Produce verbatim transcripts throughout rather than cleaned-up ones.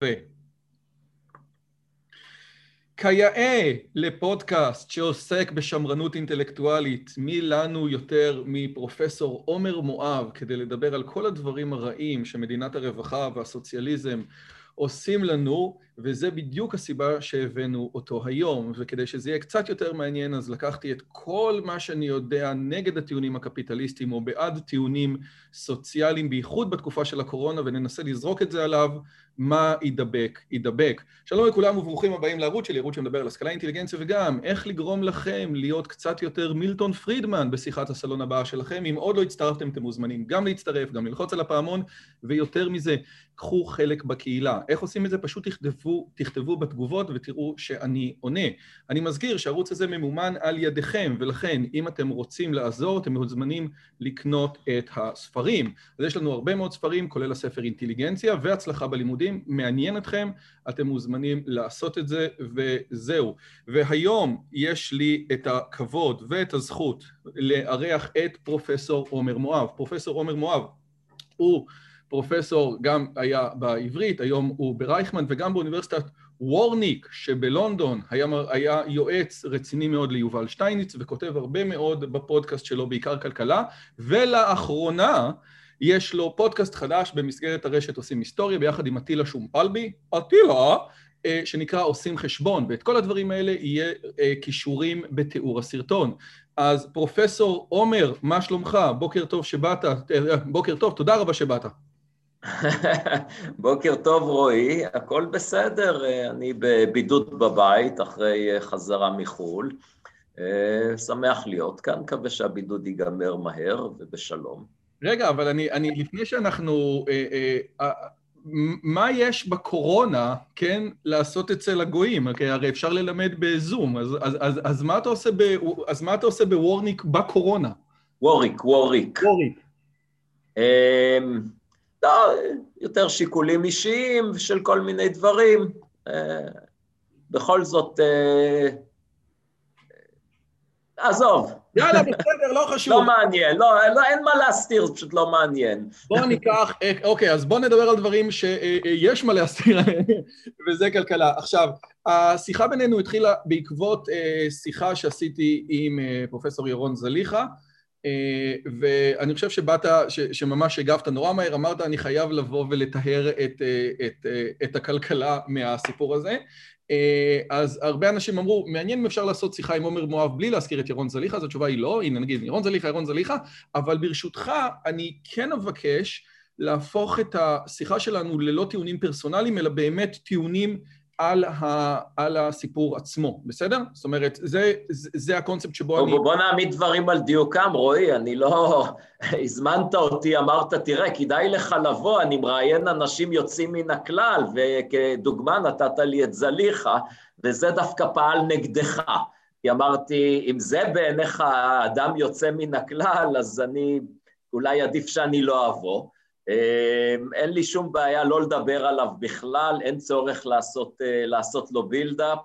יפה. כיאה לפודקאסט שעוסק בשמרנות אינטלקטואלית, מי לנו יותר מפרופסור עומר מואב כדי לדבר על כל הדברים הרעים שמדינת הרווחה והסוציאליזם עושים לנו, וזה בדיוק הסיבה שהבאנו אותו היום. וכדי שזה יהיה קצת יותר מעניין, אז לקחתי את כל מה שאני יודע נגד הטיעונים הקפיטליסטיים או בעד טיעונים סוציאליים, בייחוד בתקופה של הקורונה, וננסה לזרוק את זה עליו. מה ידבק? ידבק. שלום לכולם וברוכים הבאים לערוץ שלי, ערוץ שמדבר על השכלה, אינטליגנציה וגם איך לגרום לכם להיות קצת יותר מילטון פרידמן בשיחת הסלון הבאה שלכם. אם עוד לא הצטרפתם, אתם מוזמנים גם להצטרף, גם ללחוץ על הפעמון, ויותר מזה, קחו חלק בקהילה. איך עושים את זה? פשוט תכתבו, תכתבו בתגובות ותראו שאני עונה. אני מזכיר שהערוץ הזה ממומן על ידיכם, ולכן אם אתם רוצים לעזור, אתם מוזמנים לקנות את הספרים. אז יש לנו הרבה מאוד ספרים, כולל הספר אינטליגנציה והצלחה בלימודים. מעניין אתכם, אתם מוזמנים לעשות את זה, וזהו. והיום יש לי את הכבוד ואת הזכות לארח את פרופסור עומר מואב. פרופסור עומר מואב הוא פרופסור, גם היה בעברית, היום הוא ברייכמן, וגם באוניברסיטת וורניק שבלונדון, היה, היה יועץ רציני מאוד ליובל שטייניץ, וכותב הרבה מאוד בפודקאסט שלו, בעיקר כלכלה, ולאחרונה יש לו פודקאסט חדש במסגרת הרשת עושים היסטוריה, ביחד עם אטילה שומפלבי, אטילה, שנקרא עושים חשבון, ואת כל הדברים האלה יהיה קישורים בתיאור הסרטון. אז פרופסור עומר, מה שלומך? בוקר טוב שבאת, בוקר טוב, תודה רבה שבאת. בוקר טוב רועי, הכל בסדר, אני בבידוד בבית אחרי חזרה מחול, שמח להיות כאן, מקווה שהבידוד ייגמר מהר ובשלום. רגע, אבל אני, אני לפני שאנחנו, אה, אה, מה יש בקורונה, כן, לעשות אצל הגויים? כי הרי אפשר ללמד בזום, אז, אז, אז, אז מה אתה עושה ב, אז מה אתה עושה בוורניק בקורונה? ווריק, ווריק. ווריק. אה, לא, יותר שיקולים אישיים של כל מיני דברים. אה, בכל זאת, אה, עזוב. יאללה, בסדר, לא חשוב. לא מעניין, לא, לא, אין מה להסתיר, זה פשוט לא מעניין. בואו ניקח, אוקיי, אז בואו נדבר על דברים שיש מה להסתיר, וזה כלכלה. עכשיו, השיחה בינינו התחילה בעקבות שיחה שעשיתי עם פרופסור ירון זליכה, ואני חושב שבאת, שממש הגבת נורא מהר, אמרת, אני חייב לבוא ולטהר את, את, את הכלכלה מהסיפור הזה. אז הרבה אנשים אמרו, מעניין אם אפשר לעשות שיחה עם עומר מואב בלי להזכיר את ירון זליכה, אז התשובה היא לא, הנה נגיד, ירון זליכה, ירון זליכה, אבל ברשותך אני כן אבקש להפוך את השיחה שלנו ללא טיעונים פרסונליים, אלא באמת טיעונים על, ה, על הסיפור עצמו, בסדר? זאת אומרת, זה, זה, זה הקונספט שבו בוא, אני... בוא נעמיד דברים על דיוקם, רועי, אני לא... הזמנת אותי, אמרת, תראה, כדאי לך לבוא, אני מראיין אנשים יוצאים מן הכלל, וכדוגמה נתת לי את זליכה, וזה דווקא פעל נגדך. כי אמרתי, אם זה בעיניך האדם יוצא מן הכלל, אז אני, אולי עדיף שאני לא אבוא. אין לי שום בעיה לא לדבר עליו בכלל, אין צורך לעשות, לעשות לו בילדאפ,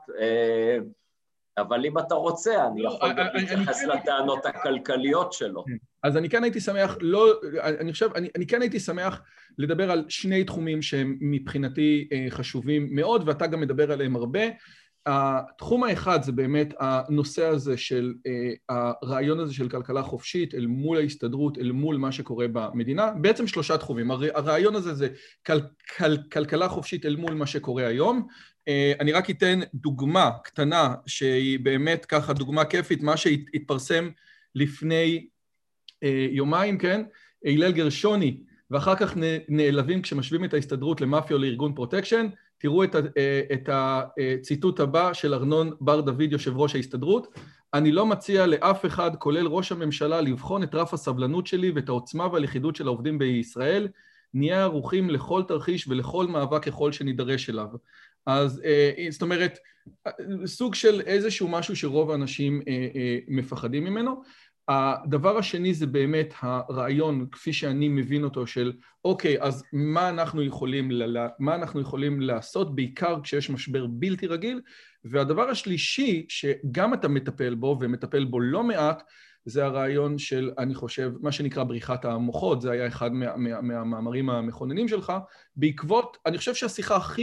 אבל אם אתה רוצה, אני יכול גם להתייחס לטענות הכלכליות שלו. אז אני כן הייתי שמח, לא, אני חושב, אני, אני כן הייתי שמח לדבר על שני תחומים שהם מבחינתי חשובים מאוד, ואתה גם מדבר עליהם הרבה. התחום האחד זה באמת הנושא הזה של, הרעיון הזה של כלכלה חופשית אל מול ההסתדרות, אל מול מה שקורה במדינה, בעצם שלושה תחומים. הרעיון הזה זה כל, כל, כלכלה חופשית אל מול מה שקורה היום. אני רק אתן דוגמה קטנה שהיא באמת ככה דוגמה כיפית, מה שהתפרסם לפני יומיים, כן? הלל גרשוני, ואחר כך נעלבים כשמשווים את ההסתדרות למאפיה או לארגון פרוטקשן. תראו את, את הציטוט הבא של ארנון בר דוד, יושב ראש ההסתדרות. אני לא מציע לאף אחד, כולל ראש הממשלה, לבחון את רף הסבלנות שלי ואת העוצמה והלכידות של העובדים בישראל. נהיה ערוכים לכל תרחיש ולכל מאבק ככל שנידרש אליו. אז זאת אומרת, סוג של איזשהו משהו שרוב האנשים מפחדים ממנו. הדבר השני זה באמת הרעיון, כפי שאני מבין אותו, של אוקיי, אז מה אנחנו יכולים, מה אנחנו יכולים לעשות, בעיקר כשיש משבר בלתי רגיל, והדבר השלישי, שגם אתה מטפל בו, ומטפל בו לא מעט, זה הרעיון של, אני חושב, מה שנקרא בריחת המוחות, זה היה אחד מה, מה, מהמאמרים המכוננים שלך, בעקבות, אני חושב שהשיחה הכי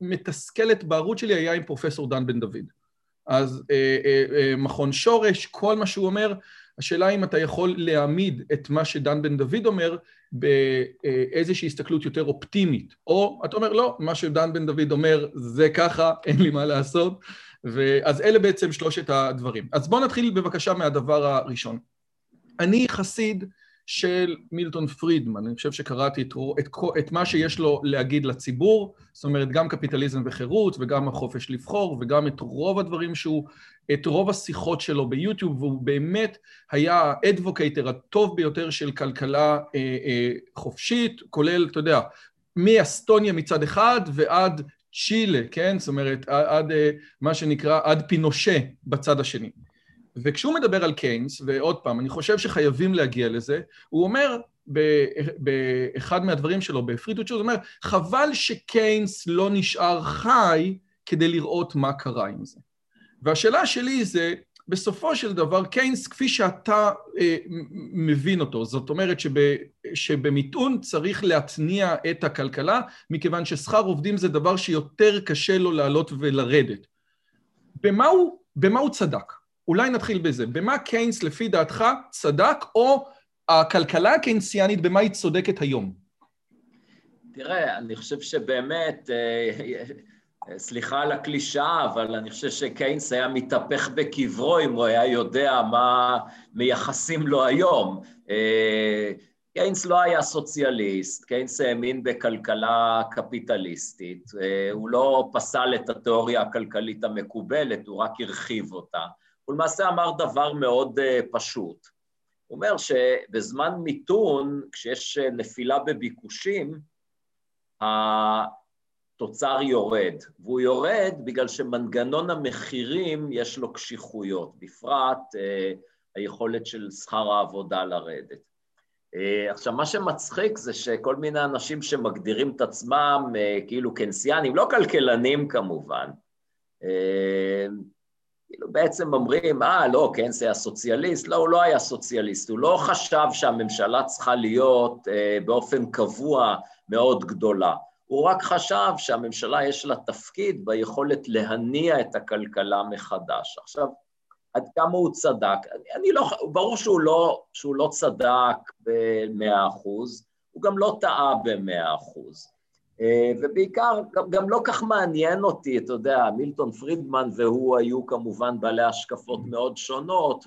מתסכלת בערוץ שלי היה עם פרופסור דן בן דוד. אז אה, אה, אה, מכון שורש, כל מה שהוא אומר, השאלה אם אתה יכול להעמיד את מה שדן בן דוד אומר באיזושהי הסתכלות יותר אופטימית, או אתה אומר לא, מה שדן בן דוד אומר זה ככה, אין לי מה לעשות, אז אלה בעצם שלושת הדברים. אז בואו נתחיל בבקשה מהדבר הראשון. אני חסיד של מילטון פרידמן, אני חושב שקראתי את, את, את מה שיש לו להגיד לציבור, זאת אומרת גם קפיטליזם וחירות וגם החופש לבחור וגם את רוב הדברים שהוא, את רוב השיחות שלו ביוטיוב, והוא באמת היה האדבוקייטר הטוב ביותר של כלכלה אה, אה, חופשית, כולל, אתה יודע, מאסטוניה מצד אחד ועד צ'ילה, כן? זאת אומרת, עד, עד אה, מה שנקרא, עד פינושה בצד השני. וכשהוא מדבר על קיינס, ועוד פעם, אני חושב שחייבים להגיע לזה, הוא אומר, באחד מהדברים שלו, בפרידות שהוא אומר, חבל שקיינס לא נשאר חי כדי לראות מה קרה עם זה. והשאלה שלי זה, בסופו של דבר, קיינס, כפי שאתה אה, מבין אותו, זאת אומרת שב, שבמיתון צריך להתניע את הכלכלה, מכיוון ששכר עובדים זה דבר שיותר קשה לו לעלות ולרדת. במה הוא, במה הוא צדק? אולי נתחיל בזה. במה קיינס לפי דעתך צדק, או הכלכלה הקיינסיאנית במה היא צודקת היום? תראה, אני חושב שבאמת, סליחה על הקלישאה, אבל אני חושב שקיינס היה מתהפך בקברו אם הוא היה יודע מה מייחסים לו היום. קיינס לא היה סוציאליסט, קיינס האמין בכלכלה קפיטליסטית, הוא לא פסל את התיאוריה הכלכלית המקובלת, הוא רק הרחיב אותה. הוא למעשה אמר דבר מאוד פשוט. הוא אומר שבזמן מיתון, כשיש נפילה בביקושים, התוצר יורד, והוא יורד בגלל שמנגנון המחירים יש לו קשיחויות, בפרט היכולת של שכר העבודה לרדת. עכשיו, מה שמצחיק זה שכל מיני אנשים שמגדירים את עצמם כאילו קיינסיאנים, לא כלכלנים כמובן, כאילו בעצם אומרים, אה, לא, קיינס היה סוציאליסט, לא, הוא לא היה סוציאליסט, הוא לא חשב שהממשלה צריכה להיות אה, באופן קבוע מאוד גדולה, הוא רק חשב שהממשלה יש לה תפקיד ביכולת להניע את הכלכלה מחדש. עכשיו, עד כמה הוא צדק? אני, אני לא, ברור שהוא לא, שהוא לא צדק ב-מאה אחוז, הוא גם לא טעה ב-מאה אחוז. ובעיקר גם, גם לא כך מעניין אותי, אתה יודע, מילטון פרידמן והוא היו כמובן בעלי השקפות מאוד שונות,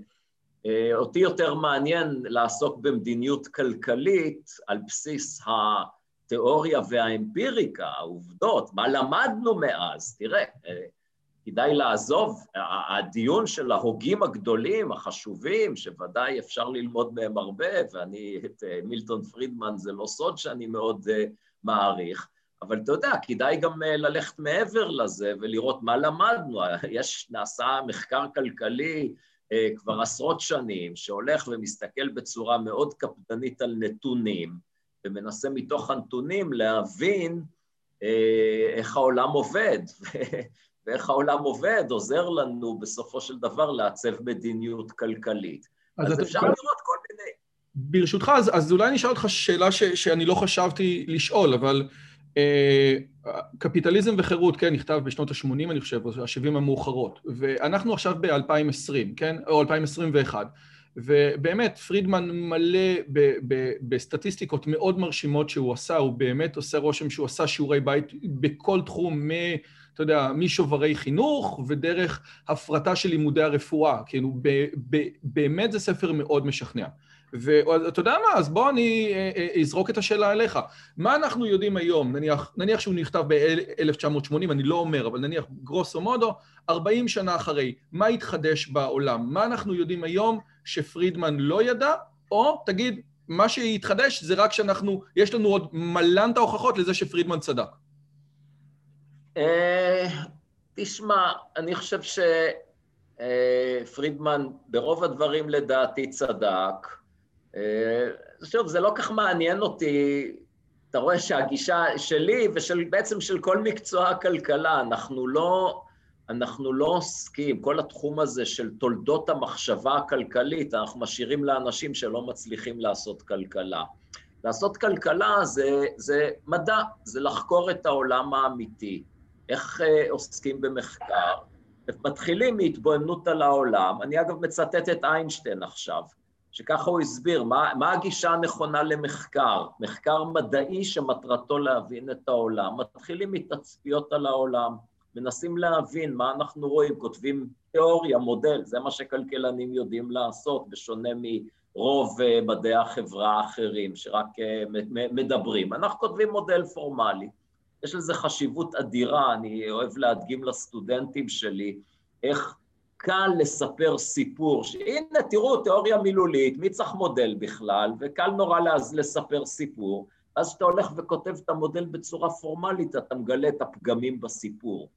ואותי יותר מעניין לעסוק במדיניות כלכלית על בסיס התיאוריה והאמפיריקה, העובדות, מה למדנו מאז. תראה, כדאי לעזוב, הדיון של ההוגים הגדולים, החשובים, שוודאי אפשר ללמוד מהם הרבה, ואני את מילטון פרידמן זה לא סוד שאני מאוד מעריך, אבל אתה יודע, כדאי גם ללכת מעבר לזה ולראות מה למדנו. יש, נעשה מחקר כלכלי כבר עשרות שנים, שהולך ומסתכל בצורה מאוד קפדנית על נתונים, ומנסה מתוך הנתונים להבין איך העולם עובד, ואיך העולם עובד עוזר לנו בסופו של דבר לעצב מדיניות כלכלית. אז, אז אפשר לראות כל מיני... ברשותך, אז, אז אולי נשאל אותך שאלה ש, שאני לא חשבתי לשאול, אבל אה, קפיטליזם וחירות, כן, נכתב בשנות ה-שמונים, אני חושב, או ה-שבעים המאוחרות, ואנחנו עכשיו ב-אלפיים ועשרים, כן, או אלפיים עשרים ואחת, ובאמת, פרידמן מלא ב, ב, בסטטיסטיקות מאוד מרשימות שהוא עשה, הוא באמת עושה רושם שהוא עשה שיעורי בית בכל תחום, מ... אתה יודע, משוברי חינוך ודרך הפרטה של לימודי הרפואה, כן, הוא ב, ב, באמת זה ספר מאוד משכנע. ואתה יודע מה, אז בוא אני אזרוק את השאלה אליך. מה אנחנו יודעים היום, נניח, נניח שהוא נכתב ב-אלף תשע מאות שמונים, אני לא אומר, אבל נניח גרוסו מודו, ארבעים שנה אחרי, מה התחדש בעולם? מה אנחנו יודעים היום שפרידמן לא ידע, או תגיד, מה שהתחדש זה רק שאנחנו, יש לנו עוד מלנת ההוכחות לזה שפרידמן צדק. תשמע, אני חושב שפרידמן ברוב הדברים לדעתי צדק, שוב, זה לא כך מעניין אותי, אתה רואה שהגישה שלי ושל בעצם של כל מקצוע הכלכלה, אנחנו לא, אנחנו לא עוסקים, כל התחום הזה של תולדות המחשבה הכלכלית, אנחנו משאירים לאנשים שלא מצליחים לעשות כלכלה. לעשות כלכלה זה, זה מדע, זה לחקור את העולם האמיתי, איך uh, עוסקים במחקר, מתחילים מהתבוננות על העולם. אני אגב מצטט את איינשטיין עכשיו, שככה הוא הסביר מה, מה הגישה הנכונה למחקר, מחקר מדעי שמטרתו להבין את העולם, מתחילים מתצפיות על העולם, מנסים להבין מה אנחנו רואים, כותבים תיאוריה, מודל, זה מה שכלכלנים יודעים לעשות, בשונה מרוב מדעי החברה האחרים, שרק מדברים. אנחנו כותבים מודל פורמלי, יש לזה חשיבות אדירה, אני אוהב להדגים לסטודנטים שלי, איך קל לספר סיפור, שהנה תראו תיאוריה מילולית, מי צריך מודל בכלל, וקל נורא לספר סיפור, אז שאתה הולך וכותב את המודל בצורה פורמלית, אתה מגלה את הפגמים בסיפור.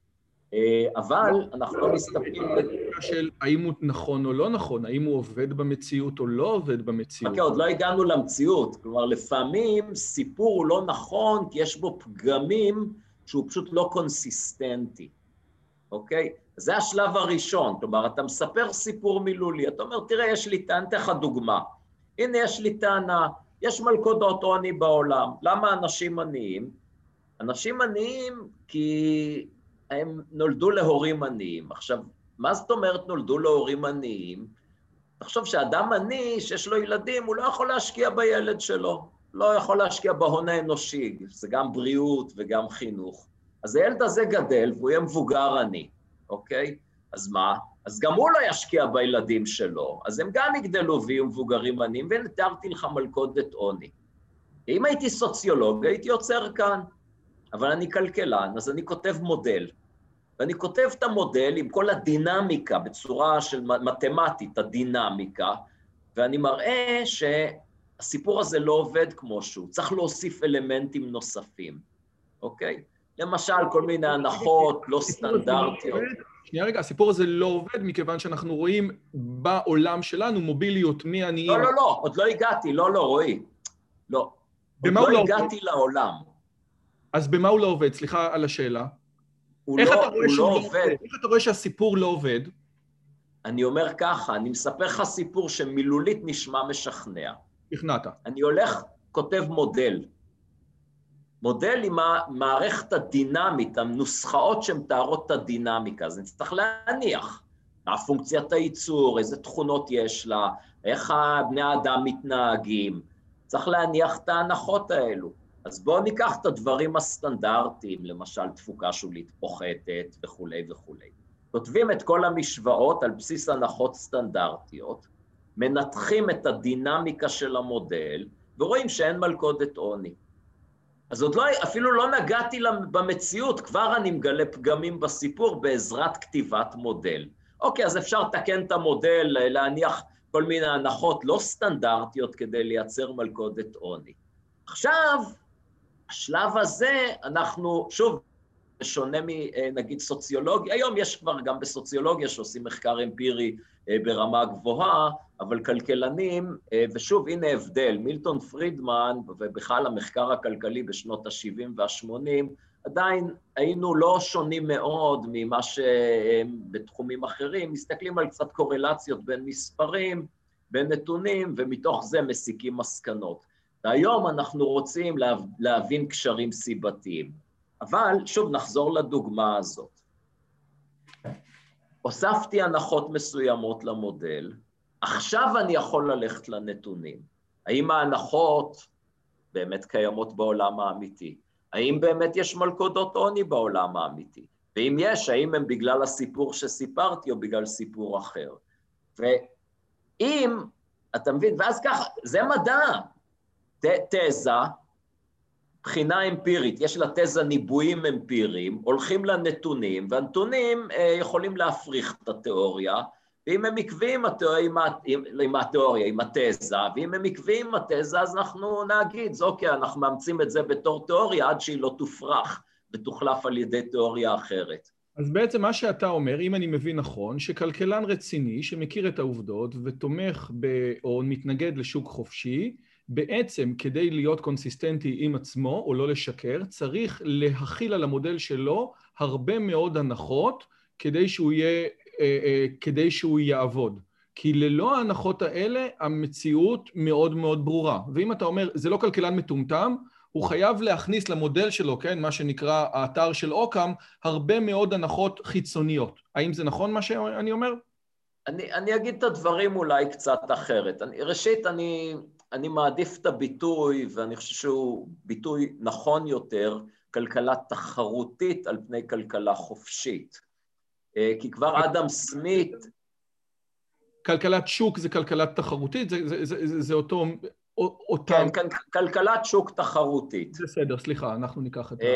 אבל אנחנו לא מסתפקים של האם הוא נכון או לא נכון, האם הוא עובד במציאות או לא עובד במציאות. אוקיי, עוד לא הגענו למציאות, כלומר לפעמים סיפור הוא לא נכון, כי יש בו פגמים שהוא פשוט לא קונסיסטנטי, אוקיי? זה השלב הראשון, כלומר אתה מספר סיפור מילולי, אתה אומר תראה יש לי טענה, אתן לך דוגמה, הנה יש לי טענה, יש מלכודות עוני בעולם, למה אנשים עניים? אנשים עניים כי הם נולדו להורים עניים. עכשיו, מה זאת אומרת נולדו להורים עניים? תחשוב שאדם עני שיש לו ילדים, הוא לא יכול להשקיע בילד שלו, לא יכול להשקיע בהון האנושי, זה גם בריאות וגם חינוך. אז הילד הזה גדל והוא יהיה מבוגר עני, אוקיי? אז מה? אז גם הוא לא ישקיע בילדים שלו, אז הם גם יגדלו ויהיו מבוגרים עניים, והנה תיארתי לך מלכודת עוני. אם הייתי סוציולוג, הייתי יוצר כאן, אבל אני כלכלן, אז אני כותב מודל. ואני כותב את המודל עם כל הדינמיקה, בצורה של מתמטית, הדינמיקה, ואני מראה שהסיפור הזה לא עובד כמו שהוא, צריך להוסיף אלמנטים נוספים, אוקיי? למשל, כל מיני הנחות לא סטנדרטיות. שנייה רגע, הסיפור הזה לא עובד מכיוון שאנחנו רואים בעולם שלנו מוביליות מעניים. לא, לא, לא, עוד לא הגעתי, לא, לא, רואי. לא, עוד לא הגעתי לעולם. אז במה הוא לא עובד? סליחה על השאלה. הוא לא, הוא לא עובד. איך אתה רואה שהסיפור לא עובד? אני אומר ככה, אני מספר לך סיפור שמילולית נשמע משכנע. הכנעת. אני הולך, כותב מודל. מודל עם המערכת הדינמית, הנוסחאות שמתארות את הדינמיקה, אז נצטרך להניח מה פונקציית הייצור, איזה תכונות יש לה, איך בני האדם מתנהגים, צריך להניח את ההנחות האלו. אז בואו ניקח את הדברים הסטנדרטיים, למשל תפוקה שולית פוחתת וכו' וכו'. כותבים את כל המשוואות על בסיס הנחות סטנדרטיות, מנתחים את הדינמיקה של המודל, ורואים שאין מלכודת עוני. אז עוד לא, אפילו לא נגעתי במציאות, כבר אני מגלה פגמים בסיפור בעזרת כתיבת מודל. אוקיי, אז אפשר לתקן את המודל, להניח כל מיני הנחות לא סטנדרטיות כדי לייצר מלכודת עוני. עכשיו, השלב הזה אנחנו, שוב, שונה מנגיד סוציולוגיה, היום יש כבר גם בסוציולוגיה שעושים מחקר אמפירי ברמה גבוהה, אבל כלכלנים, ושוב הנה הבדל, מילטון פרידמן ובכלל המחקר הכלכלי בשנות ה-שבעים וה-שמונים, עדיין היינו לא שונים מאוד ממה שבתחומים אחרים, מסתכלים על קצת קורלציות בין מספרים, בין נתונים, ומתוך זה מסיקים מסקנות. והיום אנחנו רוצים להבין קשרים סיבתיים. אבל שוב נחזור לדוגמה הזאת. הוספתי הנחות מסוימות למודל, עכשיו אני יכול ללכת לנתונים. האם ההנחות באמת קיימות בעולם האמיתי? האם באמת יש מלכודות עוני בעולם האמיתי? ואם יש, האם הם בגלל הסיפור שסיפרתי או בגלל סיפור אחר? ואם, אתה מבין, ואז ככה, זה מדע, תזה, בחינה אמפירית, יש לה תזה ניבויים אמפיריים, הולכים לנתונים, והנתונים אה, יכולים להפריך את התיאוריה, ואם הם עקביים עם, עם, עם התיאוריה, עם התזה, ואם הם עקביים עם התזה, אז אנחנו נגיד, זה אוקיי, אנחנו מאמצים את זה בתור תיאוריה, עד שהיא לא תופרך ותוחלף על ידי תיאוריה אחרת. אז בעצם מה שאתה אומר, אם אני מבין נכון, שכלכלן רציני שמכיר את העובדות ותומך ב, או מתנגד לשוק חופשי, בעצם כדי להיות קונסיסטנטי עם עצמו או לא לשקר, צריך להכיל על המודל שלו הרבה מאוד הנחות כדי שהוא יהיה, כדי שהוא יעבוד. כי ללא ההנחות האלה המציאות מאוד מאוד ברורה. ואם אתה אומר, זה לא כלכלן מטומטם, הוא חייב להכניס למודל שלו, כן, מה שנקרא האתר של אוקאם, הרבה מאוד הנחות חיצוניות. האם זה נכון מה שאני אומר? אני, אני אגיד את הדברים אולי קצת אחרת. אני, ראשית, אני, אני מעדיף את הביטוי, ואני חושב שהוא ביטוי נכון יותר, כלכלה תחרותית על פני כלכלה חופשית. כי כבר אדם סמית... כלכלת שוק זה כלכלת תחרותית? זה, זה, זה, זה, זה אותו... אותם... כן, כלכלת שוק תחרותית. בסדר, סליחה, אנחנו ניקח את ה...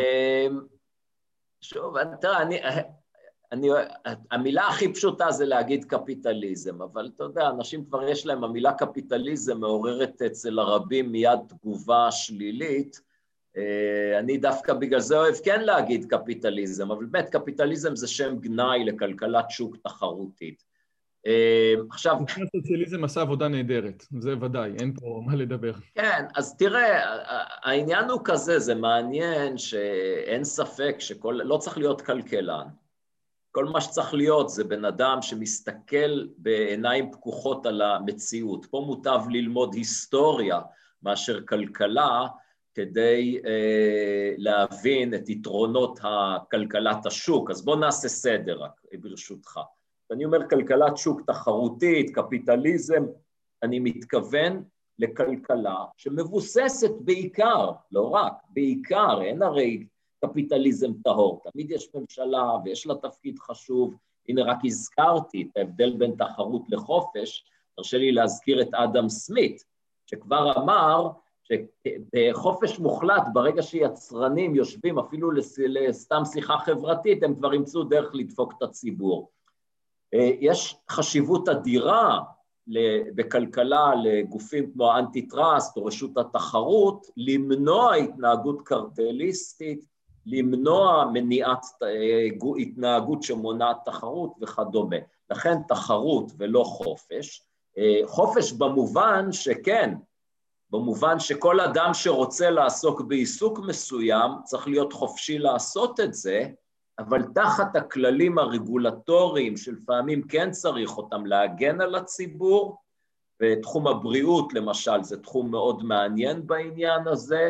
שוב, תראה, אני... אני, המילה הכי פשוטה זה להגיד קפיטליזם, אבל אתה יודע, אנשים כבר יש להם, המילה קפיטליזם מעוררת אצל הרבים מיד תגובה שלילית, אני דווקא בגלל זה אוהב כן להגיד קפיטליזם, אבל באמת קפיטליזם זה שם גנאי לכלכלת שוק תחרותית. עכשיו... הסוציאליזם עשה עבודה נהדרת, זה ודאי, אין פה מה לדבר. כן, אז תראה, העניין הוא כזה, זה מעניין שאין ספק שכל, לא צריך להיות כלכלן, כל מה שצריך להיות זה בן אדם שמסתכל בעיניים פקוחות על המציאות. פה מוטב ללמוד היסטוריה מאשר כלכלה, כדי אה, להבין את יתרונות הכלכלת השוק. אז בוא נעשה סדר רק, ברשותך. אני אומר כלכלת שוק תחרותית, קפיטליזם, אני מתכוון לכלכלה שמבוססת בעיקר, לא רק, בעיקר, אין הרי... קפיטליזם טהור, תמיד יש ממשלה ויש לה תפקיד חשוב, הנה רק הזכרתי את ההבדל בין תחרות לחופש, תרשה לי להזכיר את אדם סמית, שכבר אמר שבחופש מוחלט, ברגע שיצרנים יושבים אפילו לסתם שיחה חברתית, הם כבר ימצאו דרך לדפוק את הציבור. יש חשיבות אדירה בכלכלה לגופים כמו האנטי-טראסט או רשות התחרות, למנוע התנהגות קרטליסטית, למנוע מניעת התנהגות שמונעת תחרות וכדומה. לכן תחרות ולא חופש. חופש במובן שכן, במובן שכל אדם שרוצה לעסוק בעיסוק מסוים, צריך להיות חופשי לעשות את זה, אבל תחת הכללים הרגולטוריים שלפעמים כן צריך אותם להגן על הציבור, ותחום הבריאות למשל זה תחום מאוד מעניין בעניין הזה,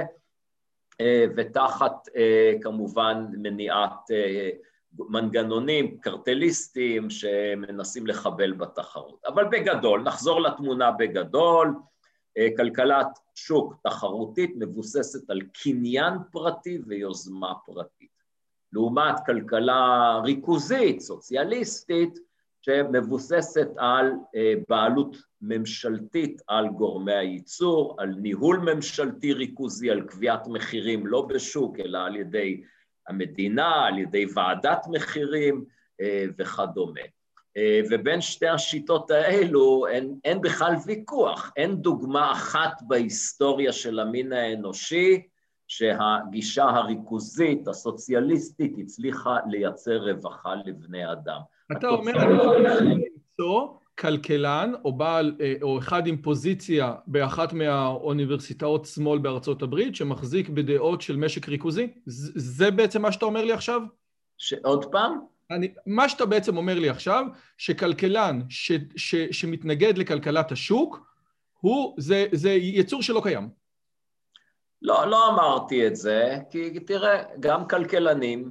ותחת כמובן מניעת מנגנונים קרטליסטיים שמנסים לחבל בתחרות. אבל בגדול, נחזור לתמונה בגדול, כלכלת שוק תחרותית מבוססת על קניין פרטי ויוזמה פרטית. לעומת כלכלה ריכוזית, סוציאליסטית, שמבוססת על בעלות ממשלתית על גורמי הייצור, על ניהול ממשלתי ריכוזי, על קביעת מחירים לא בשוק, אלא על ידי המדינה, על ידי ועדת מחירים וכדומה. ובין שתי השיטות האלו אין, אין בכלל ויכוח, אין דוגמה אחת בהיסטוריה של המין האנושי, שהגישה הריכוזית, הסוציאליסטית, הצליחה לייצר רווחה לבני אדם. אתה אומר, אני למצוא כלכלן או בעל, או אחד עם פוזיציה באחת מהאוניברסיטאות שמאל בארצות הברית, שמחזיק בדעות של משק ריכוזי? זה בעצם מה שאתה אומר לי עכשיו? עוד פעם? אני, מה שאתה בעצם אומר לי עכשיו, שכלכלן ש, ש, שמתנגד לכלכלת השוק, הוא, זה, זה יצור שלא קיים. לא, לא אמרתי את זה, כי תראה, גם כלכלנים,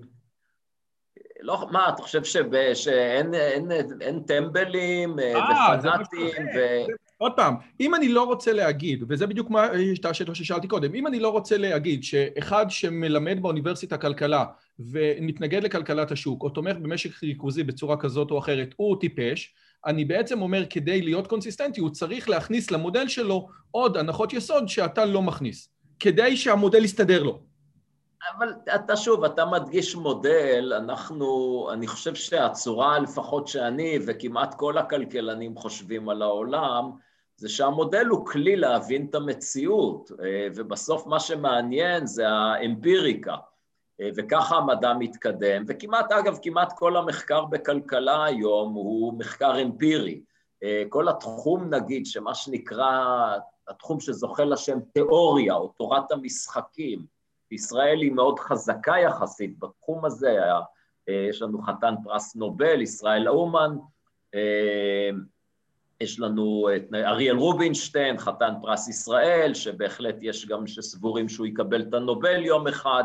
לא, מה, אתה חושב שב, שאין אין, אין טמבלים ופנאטים ו... עוד פעם, אם אני לא רוצה להגיד, וזה בדיוק מה השאלה ששאלתי קודם, אם אני לא רוצה להגיד שאחד שמלמד באוניברסיטה כלכלה ומתנגד לכלכלת השוק, או תומך במשק ריכוזי בצורה כזאת או אחרת, הוא טיפש, אני בעצם אומר, כדי להיות קונסיסטנטי, הוא צריך להכניס למודל שלו עוד הנחות יסוד שאתה לא מכניס, כדי שהמודל יסתדר לו. אבל אתה שוב, אתה מדגיש מודל, אנחנו, אני חושב שהצורה לפחות שאני וכמעט כל הכלכלנים חושבים על העולם, זה שהמודל הוא כלי להבין את המציאות, ובסוף מה שמעניין זה האמפיריקה, וככה המדע מתקדם, וכמעט, אגב, כמעט כל המחקר בכלכלה היום הוא מחקר אמפירי. כל התחום, נגיד, שמה שנקרא, התחום שזוכה לשם תיאוריה, או תורת המשחקים, ישראל היא מאוד חזקה יחסית בתחום הזה, יש לנו חתן פרס נובל, ישראל אומן, יש לנו את אריאל רובינשטיין, חתן פרס ישראל, שבהחלט יש גם שסבורים שהוא יקבל את הנובל יום אחד,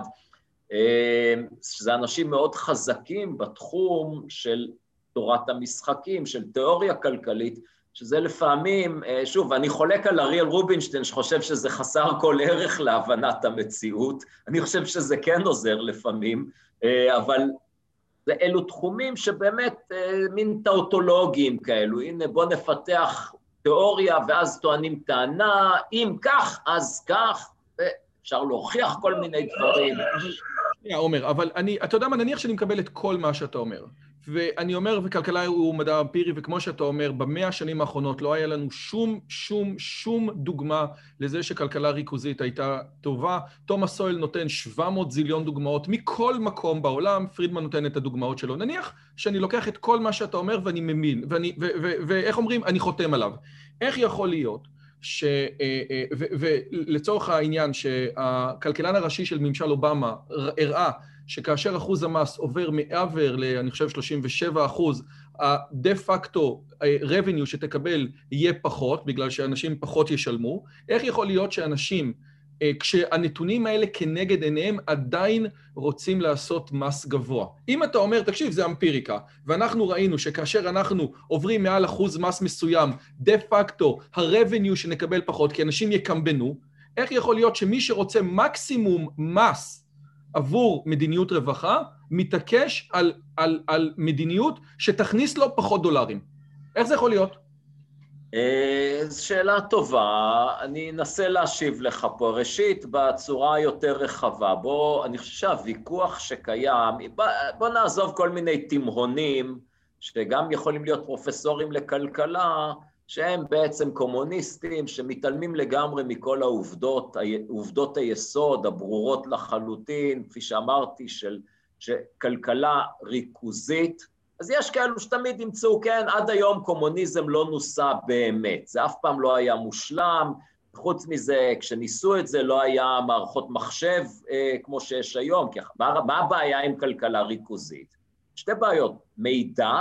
שזה אנשים מאוד חזקים בתחום של תורת המשחקים, של תיאוריה כלכלית, שזה לפעמים, שוב, אני חולק על אריאל רובינשטיין, שחושב שזה חסר כל ערך להבנת המציאות, אני חושב שזה כן עוזר לפעמים, אבל אלו תחומים שבאמת מין טאוטולוגיים כאלו, הנה בוא נפתח תיאוריה ואז טוענים טענה, אם כך, אז כך, אפשר להוכיח כל מיני דברים. שנייה, עומר, אבל אני, אתה יודע מה, נניח שאני מקבל את כל מה שאתה אומר, ואני אומר, וכלכלה הוא מדע אמפירי, וכמו שאתה אומר, במאה השנים האחרונות לא היה לנו שום, שום, שום דוגמה לזה שכלכלה ריכוזית הייתה טובה. תומאס סואל נותן שבע מאות זיליון דוגמאות מכל מקום בעולם, פרידמן נותן את הדוגמאות שלו. נניח שאני לוקח את כל מה שאתה אומר ואני ממין, ואני, ו, ו, ו, ואיך אומרים? אני חותם עליו. איך יכול להיות ש... ולצורך העניין שהכלכלן הראשי של ממשל אובמה הראה שכאשר אחוז המס עובר מעבר ל, אני חושב, שלושים ושבע אחוז, הדה פקטו revenue שתקבל יהיה פחות, בגלל שאנשים פחות ישלמו. איך יכול להיות שאנשים, כשהנתונים האלה כנגד עיניהם, עדיין רוצים לעשות מס גבוה? אם אתה אומר, תקשיב, זה אמפיריקה, ואנחנו ראינו שכאשר אנחנו עוברים מעל אחוז מס מסוים, דה פקטו, ה-revenue שנקבל פחות, כי אנשים יקמבנו, איך יכול להיות שמי שרוצה מקסימום מס עבור מדיניות רווחה, מתעקש על, על, על מדיניות שתכניס לו פחות דולרים? איך זה יכול להיות? זו שאלה טובה, אני אנסה להשיב לך פה. ראשית, בצורה יותר רחבה, בוא, אני חושב שהוויכוח שקיים, בוא נעזוב כל מיני תימהונים, שגם יכולים להיות פרופסורים לכלכלה, שהם בעצם קומוניסטים, שמתעלמים לגמרי מכל העובדות, עובדות היסוד, הברורות לחלוטין, כפי שאמרתי, של, שכלכלה ריכוזית, אז יש כאלו שתמיד ימצאו, כן, עד היום קומוניזם לא נוסה באמת, זה אף פעם לא היה מושלם, חוץ מזה, כשניסו את זה לא היה מערכות מחשב אה, כמו שיש היום, כי מה, מה הבעיה עם כלכלה ריכוזית? שתי בעיות, מידע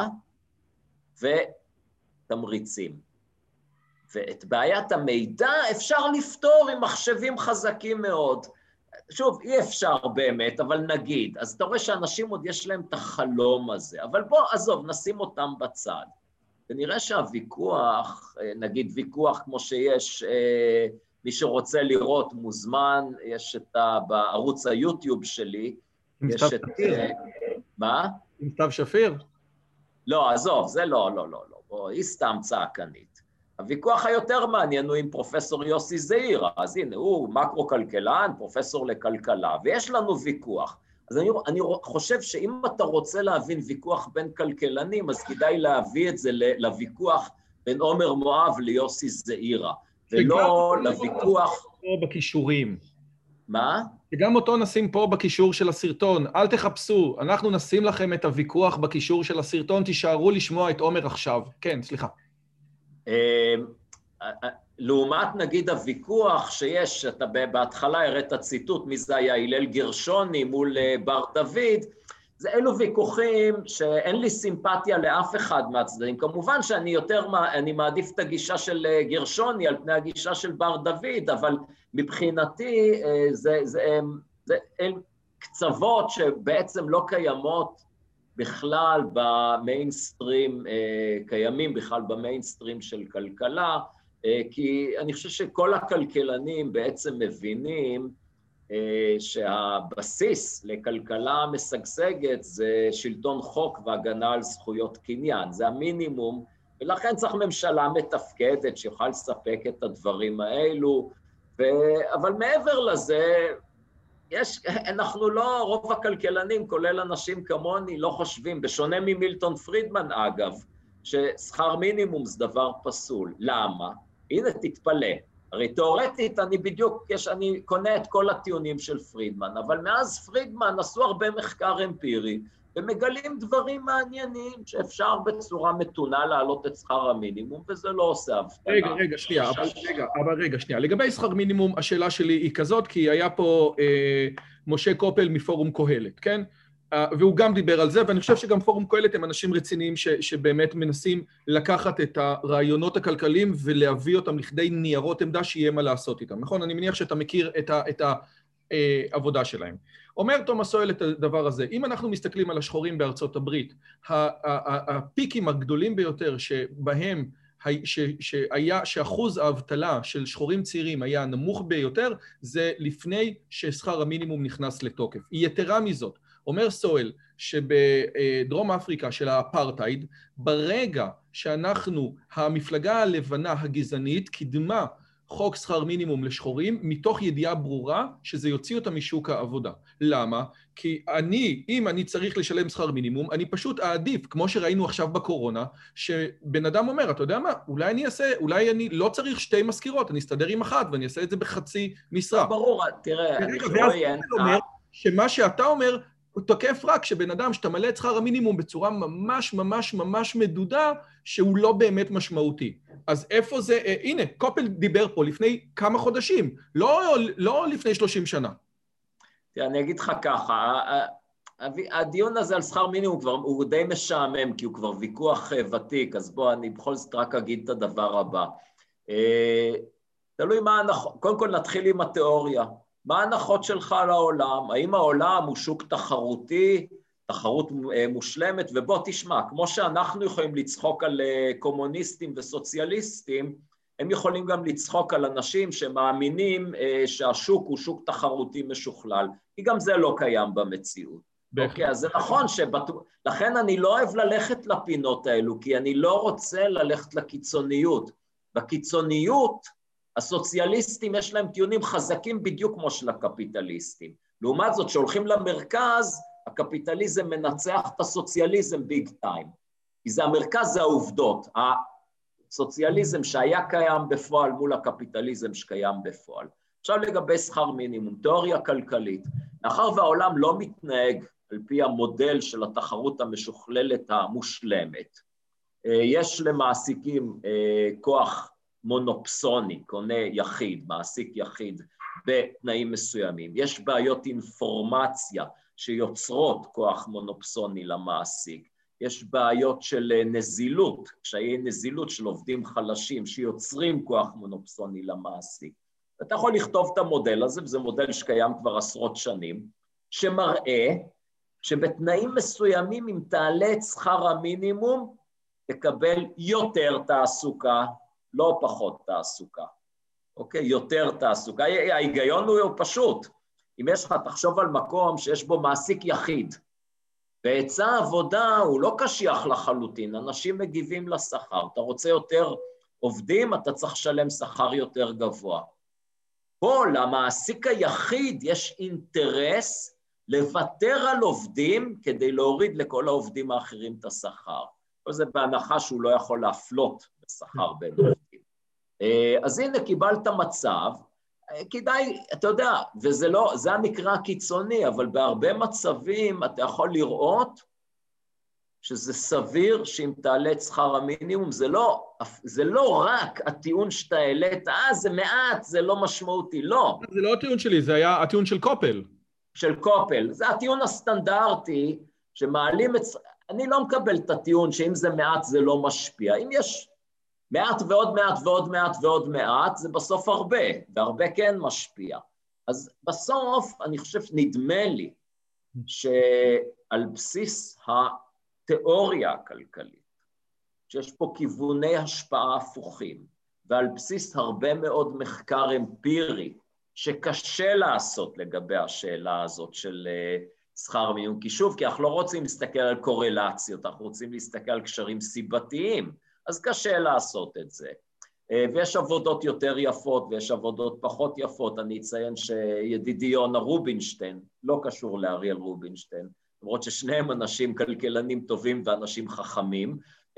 ותמריצים. ואת בעיית המידע אפשר לפתור עם מחשבים חזקים מאוד. שוב, אי אפשר באמת, אבל נגיד, אז אתה רואה שאנשים עוד יש להם את החלום הזה, אבל בוא, עזוב, נשים אותם בצד. ונראה שהוויכוח, נגיד ויכוח כמו שיש, מי שרוצה לראות מוזמן, יש את ה... בערוץ היוטיוב שלי, יש את... מה? עם סתיו שפיר? לא, עזוב, זה לא, לא, לא, לא, היא סתם צעקנית. הוויכוח היותר מעניין הוא עם פרופסור יוסי זעיר, אז הנה, הוא מקרו-כלכלן, פרופסור לכלכלה, ויש לנו ויכוח. אז אני, אני חושב שאם אתה רוצה להבין ויכוח בין כלכלנים, אז כדאי להביא את זה לוויכוח בין עומר מואב ליוסי זעירה, ולא לוויכוח... פה בכישורים. מה? וגם אותו נשים פה בקישור של הסרטון, אל תחפשו, אנחנו נשים לכם את הוויכוח בקישור של הסרטון, תישארו לשמוע את עומר עכשיו. כן, סליחה. לעומת נגיד הוויכוח שיש, אתה בהתחלה הראת ציטוט, מי זה היה הלל גרשוני מול בר דוד, זה אלו ויכוחים שאין לי סימפתיה לאף אחד מהצדדים, כמובן שאני יותר, אני מעדיף את הגישה של גרשוני על פני הגישה של בר דוד, אבל מבחינתי זה, זה, זה אל קצוות שבעצם לא קיימות בכלל במיינסטרים, קיימים בכלל במיינסטרים של כלכלה, כי אני חושב שכל הכלכלנים בעצם מבינים שהבסיס לכלכלה משגשגת זה שלטון חוק והגנה על זכויות קניין, זה המינימום, ולכן צריך ממשלה מתפקדת שיוכל לספק את הדברים האלו, ו... אבל מעבר לזה, יש, אנחנו לא, רוב הכלכלנים, כולל אנשים כמוני, לא חושבים, בשונה ממילטון פרידמן אגב, ששכר מינימום זה דבר פסול. למה? הנה תתפלא. הרי תיאורטית אני בדיוק, יש, אני קונה את כל הטיעונים של פרידמן, אבל מאז פרידמן עשו הרבה מחקר אמפירי, ומגלים דברים מעניינים שאפשר בצורה מתונה להעלות את שכר המינימום, וזה לא עושה הבטלה. רגע, רגע, שנייה, אבל רגע, אבל רגע, שנייה. לגבי שכר מינימום, השאלה שלי היא כזאת, כי היה פה אה, משה קופל מפורום קהלת, כן? והוא גם דיבר על זה, ואני חושב שגם פורום קהלת הם אנשים רציניים ש, שבאמת מנסים לקחת את הרעיונות הכלכליים ולהביא אותם לכדי ניירות עמדה שיהיה מה לעשות איתם. נכון? אני מניח שאתה מכיר את, ה, את העבודה שלהם. אומר תומאס סואל את הדבר הזה, אם אנחנו מסתכלים על השחורים בארצות הברית, הפיקים הגדולים ביותר שבהם ש, שהיה, שאחוז האבטלה של שחורים צעירים היה נמוך ביותר, זה לפני ששכר המינימום נכנס לתוקף. יתרה מזאת, אומר סואל שבדרום אפריקה של האפרטהייד, ברגע שאנחנו, המפלגה הלבנה הגזענית קידמה חוק שכר מינימום לשחורים, מתוך ידיעה ברורה שזה יוציא אותה משוק העבודה. למה? כי אני, אם אני צריך לשלם שכר מינימום, אני פשוט אעדיף, כמו שראינו עכשיו בקורונה, שבן אדם אומר, אתה יודע מה, אולי אני אעשה, אולי אני לא צריך שתי מזכירות, אני אסתדר עם אחת, ואני אעשה את זה בחצי משרה. ברור, תראה, אני אומר שמה שאתה אומר, הוא תוקף רק שבן אדם שאתה מלא את שכר המינימום בצורה ממש ממש ממש מדודה, שהוא לא באמת משמעותי. אז איפה זה, אה, הנה, קופל דיבר פה לפני כמה חודשים, לא, לא לפני שלושים שנה. תראה, אני אגיד לך ככה, הדיון הזה על שכר מינימום כבר, הוא די משעמם, כי הוא כבר ויכוח ותיק, אז בוא, אני בכל זאת רק אגיד את הדבר הבא. תלוי מה הנחות, קודם כל נתחיל עם התיאוריה. מה ההנחות שלך לעולם? האם העולם הוא שוק תחרותי, תחרות מושלמת? ובוא תשמע, כמו שאנחנו יכולים לצחוק על קומוניסטים וסוציאליסטים, הם יכולים גם לצחוק על אנשים שמאמינים שהשוק הוא שוק תחרותי משוכלל, כי גם זה לא קיים במציאות. אוקיי, אז זה נכון שבטוח, לכן אני לא אוהב ללכת לפינות האלו, כי אני לא רוצה ללכת לקיצוניות. בקיצוניות, הסוציאליסטים יש להם טיעונים חזקים בדיוק כמו של הקפיטליסטים. לעומת זאת, שהולכים למרכז, הקפיטליזם מנצח את הסוציאליזם ביג טיים. כי זה המרכז, זה העובדות. הסוציאליזם שהיה קיים בפועל מול הקפיטליזם שקיים בפועל. עכשיו לגבי שכר מינימום, תיאוריה כלכלית. מאחר והעולם לא מתנהג על פי המודל של התחרות המשוכללת המושלמת, יש למעסיקים כוח מונופסוני, קונה יחיד, מעסיק יחיד, בתנאים מסוימים. יש בעיות אינפורמציה שיוצרות כוח מונופסוני למעסיק. יש בעיות של נזילות, קשיי נזילות של עובדים חלשים שיוצרים כוח מונופסוני למעסיק. אתה יכול לכתוב את המודל הזה, וזה מודל שקיים כבר עשרות שנים, שמראה שבתנאים מסוימים, אם תעלה את שכר המינימום, תקבל יותר תעסוקה, לא פחות תעסוקה. אוקיי? יותר תעסוקה. ההיגיון הוא פשוט. אם יש לך, תחשוב על מקום שיש בו מעסיק יחיד, והיצע העבודה הוא לא קשיח לחלוטין, אנשים מגיבים לשכר. אתה רוצה יותר עובדים, אתה צריך לשלם שכר יותר גבוה. פה למעסיק היחיד יש אינטרס לוותר על עובדים כדי להוריד לכל העובדים האחרים את השכר. זה בהנחה שהוא לא יכול להפלות בשכר בין עובדים. אז הנה קיבלת מצב, כדאי, אתה יודע, וזה לא, זה המקרה הקיצוני, אבל בהרבה מצבים אתה יכול לראות שזה סביר שאם תעלה את שכר המינימום, זה לא, זה לא רק הטיעון שאתה העלית, אה, זה מעט, זה לא משמעותי, לא. זה לא הטיעון שלי, זה היה הטיעון של קופל. של קופל, זה הטיעון הסטנדרטי שמעלים את, אני לא מקבל את הטיעון שאם זה מעט זה לא משפיע, אם יש מעט ועוד מעט ועוד מעט ועוד מעט, זה בסוף הרבה, והרבה כן משפיע. אז בסוף אני חושב, נדמה לי, שעל בסיס התיאוריה הכלכלית, שיש פה כיווני השפעה הפוכים, ועל בסיס הרבה מאוד מחקר אמפירי, שקשה לעשות לגבי השאלה הזאת של שכר מינימום, כי שוב, כי אנחנו לא רוצים להסתכל על קורלציות, אנחנו רוצים להסתכל על קשרים סיבתיים, אז קשה לעשות את זה. ויש עבודות יותר יפות ויש עבודות פחות יפות, אני אציין שידידי יונה רובינשטיין, לא קשור לאריאל רובינשטיין, למרות ששניהם אנשים כלכלנים טובים ואנשים חכמים,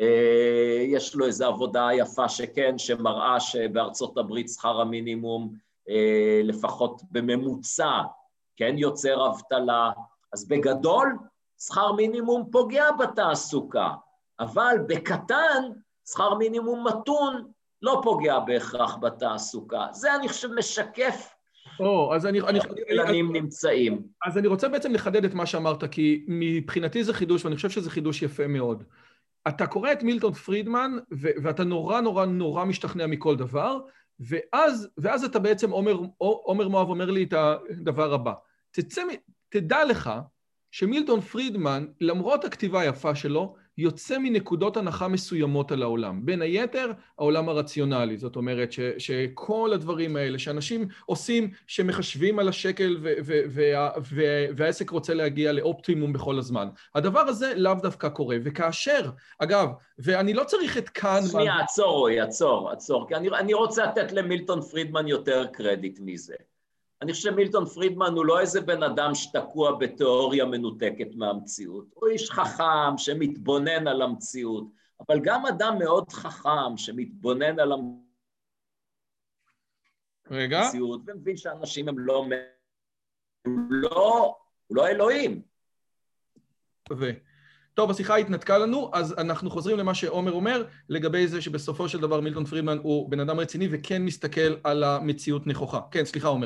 יש לו איזו עבודה יפה שכן, שמראה שבארצות הברית שכר המינימום, לפחות בממוצע, כן, יוצר אבטלה, אז בגדול שכר מינימום פוגע בתעסוקה, אבל בקטן שכר מינימום מתון לא פוגע בהכרח בתעסוקה. זה אני חושב משקף או, אז אני... הכלכלנים נמצאים. אז אני רוצה בעצם לחדד את מה שאמרת, כי מבחינתי זה חידוש, ואני חושב שזה חידוש יפה מאוד. אתה קורא את מילטון פרידמן, ואתה נורא נורא נורא משתכנע מכל דבר, ואז, ואז אתה בעצם, עומר, עומר מואב אומר לי את הדבר הבא. תצא, תדע לך שמילטון פרידמן, למרות הכתיבה היפה שלו, יוצא מנקודות הנחה מסוימות על העולם. בין היתר, העולם הרציונלי. זאת אומרת ש, שכל הדברים האלה שאנשים עושים, שמחשבים על השקל ו, ו, וה, ו, והעסק רוצה להגיע לאופטימום בכל הזמן. הדבר הזה לאו דווקא קורה. וכאשר, אגב, ואני לא צריך את כאן... שנייה, עצור רועי, עצור, עצור. כי אני, אני רוצה לתת למילטון פרידמן יותר קרדיט מזה. אני חושב שמילטון פרידמן הוא לא איזה בן אדם שתקוע בתיאוריה מנותקת מהמציאות. הוא איש חכם שמתבונן על המציאות, אבל גם אדם מאוד חכם שמתבונן על המציאות, ומבין שאנשים הם לא... הוא לא, הוא לא אלוהים. ו... טוב, השיחה התנתקה לנו, אז אנחנו חוזרים למה שעומר אומר, לגבי זה שבסופו של דבר מילטון פרידמן הוא בן אדם רציני וכן מסתכל על המציאות נכוחה. כן, סליחה, עומר.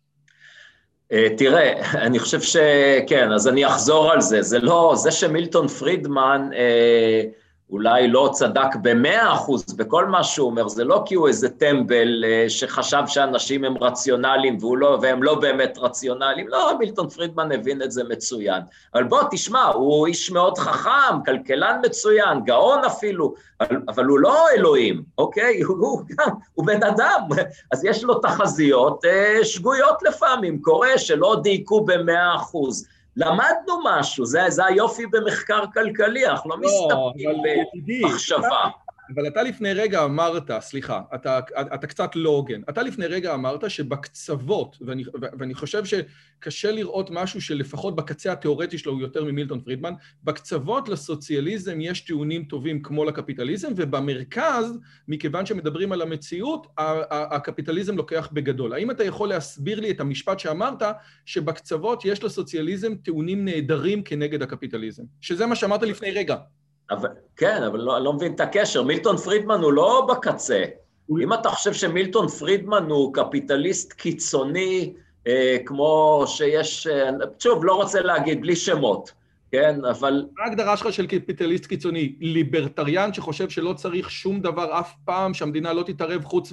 תראה, אני חושב שכן, אז אני אחזור על זה, זה לא, זה שמילטון פרידמן אה, אולי לא צדק במאה אחוז בכל מה שהוא אומר, זה לא כי הוא איזה טמבל אה, שחשב שאנשים הם רציונליים והוא לא, והם לא באמת רציונליים, לא, מילטון פרידמן הבין את זה מצוין, אבל בוא תשמע, הוא איש מאוד חכם, כלכלן מצוין, גאון אפילו, אבל, אבל הוא לא אלוהים, אוקיי? הוא, הוא, הוא בן אדם, אז יש לו תחזיות אה, שגויות לפעמים, קורה שלא דייקו במאה אחוז, למדנו משהו, זה, זה היופי במחקר כלכלי, אנחנו לא, לא מסתפקים במחשבה. אבל אתה לפני רגע אמרת, סליחה, אתה, אתה קצת לא הוגן, אתה לפני רגע אמרת שבקצוות, ואני, ואני חושב שקשה לראות משהו שלפחות בקצה התיאורטי שלו הוא יותר ממילטון פרידמן, בקצוות לסוציאליזם יש טיעונים טובים כמו לקפיטליזם, ובמרכז, מכיוון שמדברים על המציאות, הקפיטליזם לוקח בגדול. האם אתה יכול להסביר לי את המשפט שאמרת, שבקצוות יש לסוציאליזם טיעונים נהדרים כנגד הקפיטליזם? שזה מה שאמרת לפני רגע. אבל, כן, אבל לא, לא מבין את הקשר. מילטון פרידמן הוא לא בקצה. הוא... אם אתה חושב שמילטון פרידמן הוא קפיטליסט קיצוני, אה, כמו שיש, אה, שוב, לא רוצה להגיד, בלי שמות, כן, אבל... מה ההגדרה שלך של קפיטליסט קיצוני? ליברטריאן שחושב שלא צריך שום דבר אף פעם, שהמדינה לא תתערב חוץ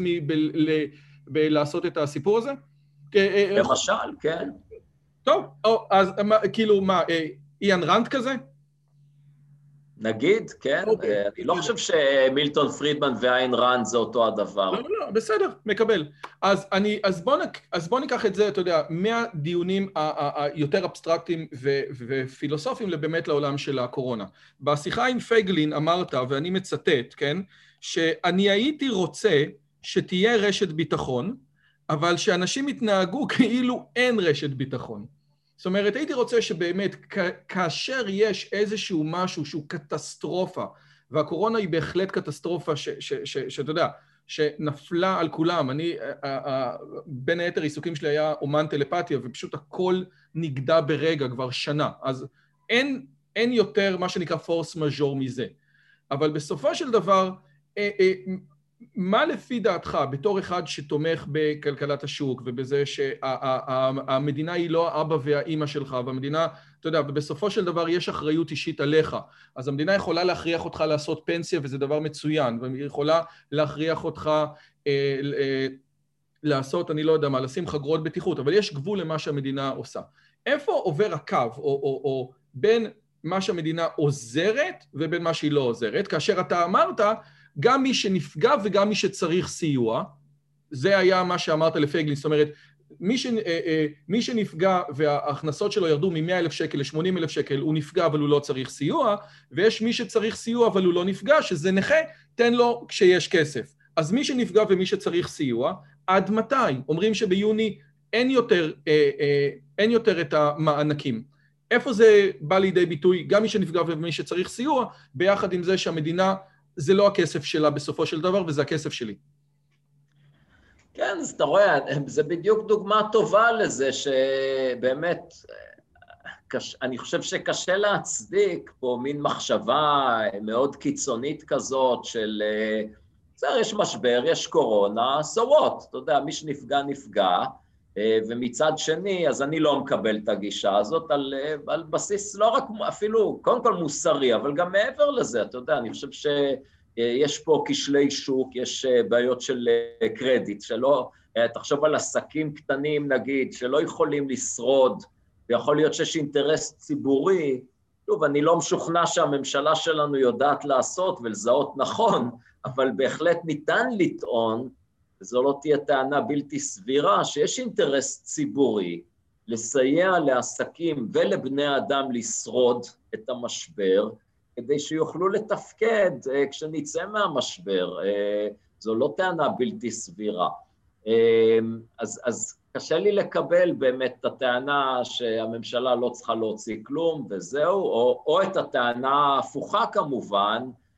מלעשות את הסיפור הזה? למשל, כן. טוב, אז כאילו מה, איאן רנד כזה? נגיד, כן, okay. אני לא חושב שמילטון פרידמן ואיין רנד זה אותו הדבר. לא, לא, בסדר, מקבל. אז, אני, אז, בוא נק, אז בוא ניקח את זה, אתה יודע, מהדיונים היותר אבסטרקטיים ו, ופילוסופיים באמת לעולם של הקורונה. בשיחה עם פייגלין אמרת, ואני מצטט, כן, שאני הייתי רוצה שתהיה רשת ביטחון, אבל שאנשים יתנהגו כאילו אין רשת ביטחון. זאת אומרת, הייתי רוצה שבאמת, כאשר יש איזשהו משהו שהוא קטסטרופה, והקורונה היא בהחלט קטסטרופה שאתה יודע, שנפלה על כולם, אני, בין היתר עיסוקים שלי היה אומן טלפתיה, ופשוט הכל נגדע ברגע כבר שנה, אז אין, אין יותר מה שנקרא פורס מז'ור מזה. אבל בסופו של דבר, מה לפי דעתך, בתור אחד שתומך בכלכלת השוק, ובזה שהמדינה היא לא האבא והאימא שלך, והמדינה, אתה יודע, ובסופו של דבר יש אחריות אישית עליך, אז המדינה יכולה להכריח אותך לעשות פנסיה, וזה דבר מצוין, והיא יכולה להכריח אותך אה, אה, לעשות, אני לא יודע מה, לשים חגורות בטיחות, אבל יש גבול למה שהמדינה עושה. איפה עובר הקו, או, או, או בין מה שהמדינה עוזרת, ובין מה שהיא לא עוזרת, כאשר אתה אמרת, גם מי שנפגע וגם מי שצריך סיוע, זה היה מה שאמרת לפייגלין, זאת אומרת, מי, ש, מי שנפגע וההכנסות שלו ירדו מ-מאה אלף שקל ל-שמונים אלף שקל, הוא נפגע אבל הוא לא צריך סיוע, ויש מי שצריך סיוע אבל הוא לא נפגע, שזה נכה, תן לו כשיש כסף. אז מי שנפגע ומי שצריך סיוע, עד מתי? אומרים שביוני אין יותר, אין יותר את המענקים. איפה זה בא לידי ביטוי, גם מי שנפגע ומי שצריך סיוע, ביחד עם זה שהמדינה, זה לא הכסף שלה בסופו של דבר, וזה הכסף שלי. כן, אז אתה רואה, זה בדיוק דוגמה טובה לזה שבאמת, קש, אני חושב שקשה להצדיק פה מין מחשבה מאוד קיצונית כזאת של, בסדר, יש משבר, יש קורונה, so what? אתה יודע, מי שנפגע, נפגע, ומצד שני, אז אני לא מקבל את הגישה הזאת על, על בסיס לא רק אפילו, קודם כל מוסרי, אבל גם מעבר לזה, אתה יודע, אני חושב שיש פה כשלי שוק, יש בעיות של קרדיט, שלא, תחשוב על עסקים קטנים נגיד, שלא יכולים לשרוד, ויכול להיות שיש אינטרס ציבורי, שוב, אני לא משוכנע שהממשלה שלנו יודעת לעשות ולזהות נכון, אבל בהחלט ניתן לטעון, וזו לא תהיה טענה בלתי סבירה, שיש אינטרס ציבורי לסייע לעסקים ולבני אדם לשרוד את המשבר, כדי שיוכלו לתפקד כשנצא מהמשבר. זו לא טענה בלתי סבירה. אז, אז קשה לי לקבל באמת את הטענה שהממשלה לא צריכה להוציא כלום וזהו, או, או את הטענה ההפוכה כמובן,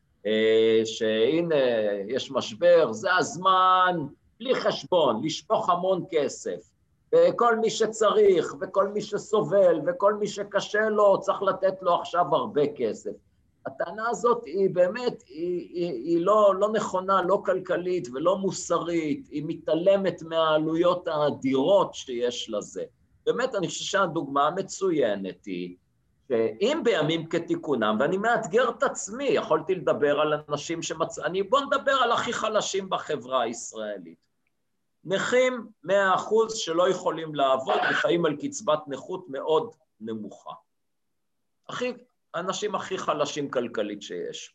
שהנה יש משבר, זה הזמן, בלי חשבון, לשפוך המון כסף, וכל מי שצריך, וכל מי שסובל, וכל מי שקשה לו, צריך לתת לו עכשיו הרבה כסף. הטענה הזאת היא באמת, היא, היא, היא לא, לא נכונה, לא כלכלית ולא מוסרית, היא מתעלמת מהעלויות האדירות שיש לזה. באמת, אני חושב שהדוגמה המצוינת היא, שאם בימים כתיקונם, ואני מאתגר את עצמי, יכולתי לדבר על אנשים שמצ... אני, בוא נדבר על הכי חלשים בחברה הישראלית. נכים מאה אחוז שלא יכולים לעבוד, וחיים על קצבת נכות מאוד נמוכה. הכי, האנשים הכי חלשים כלכלית שיש.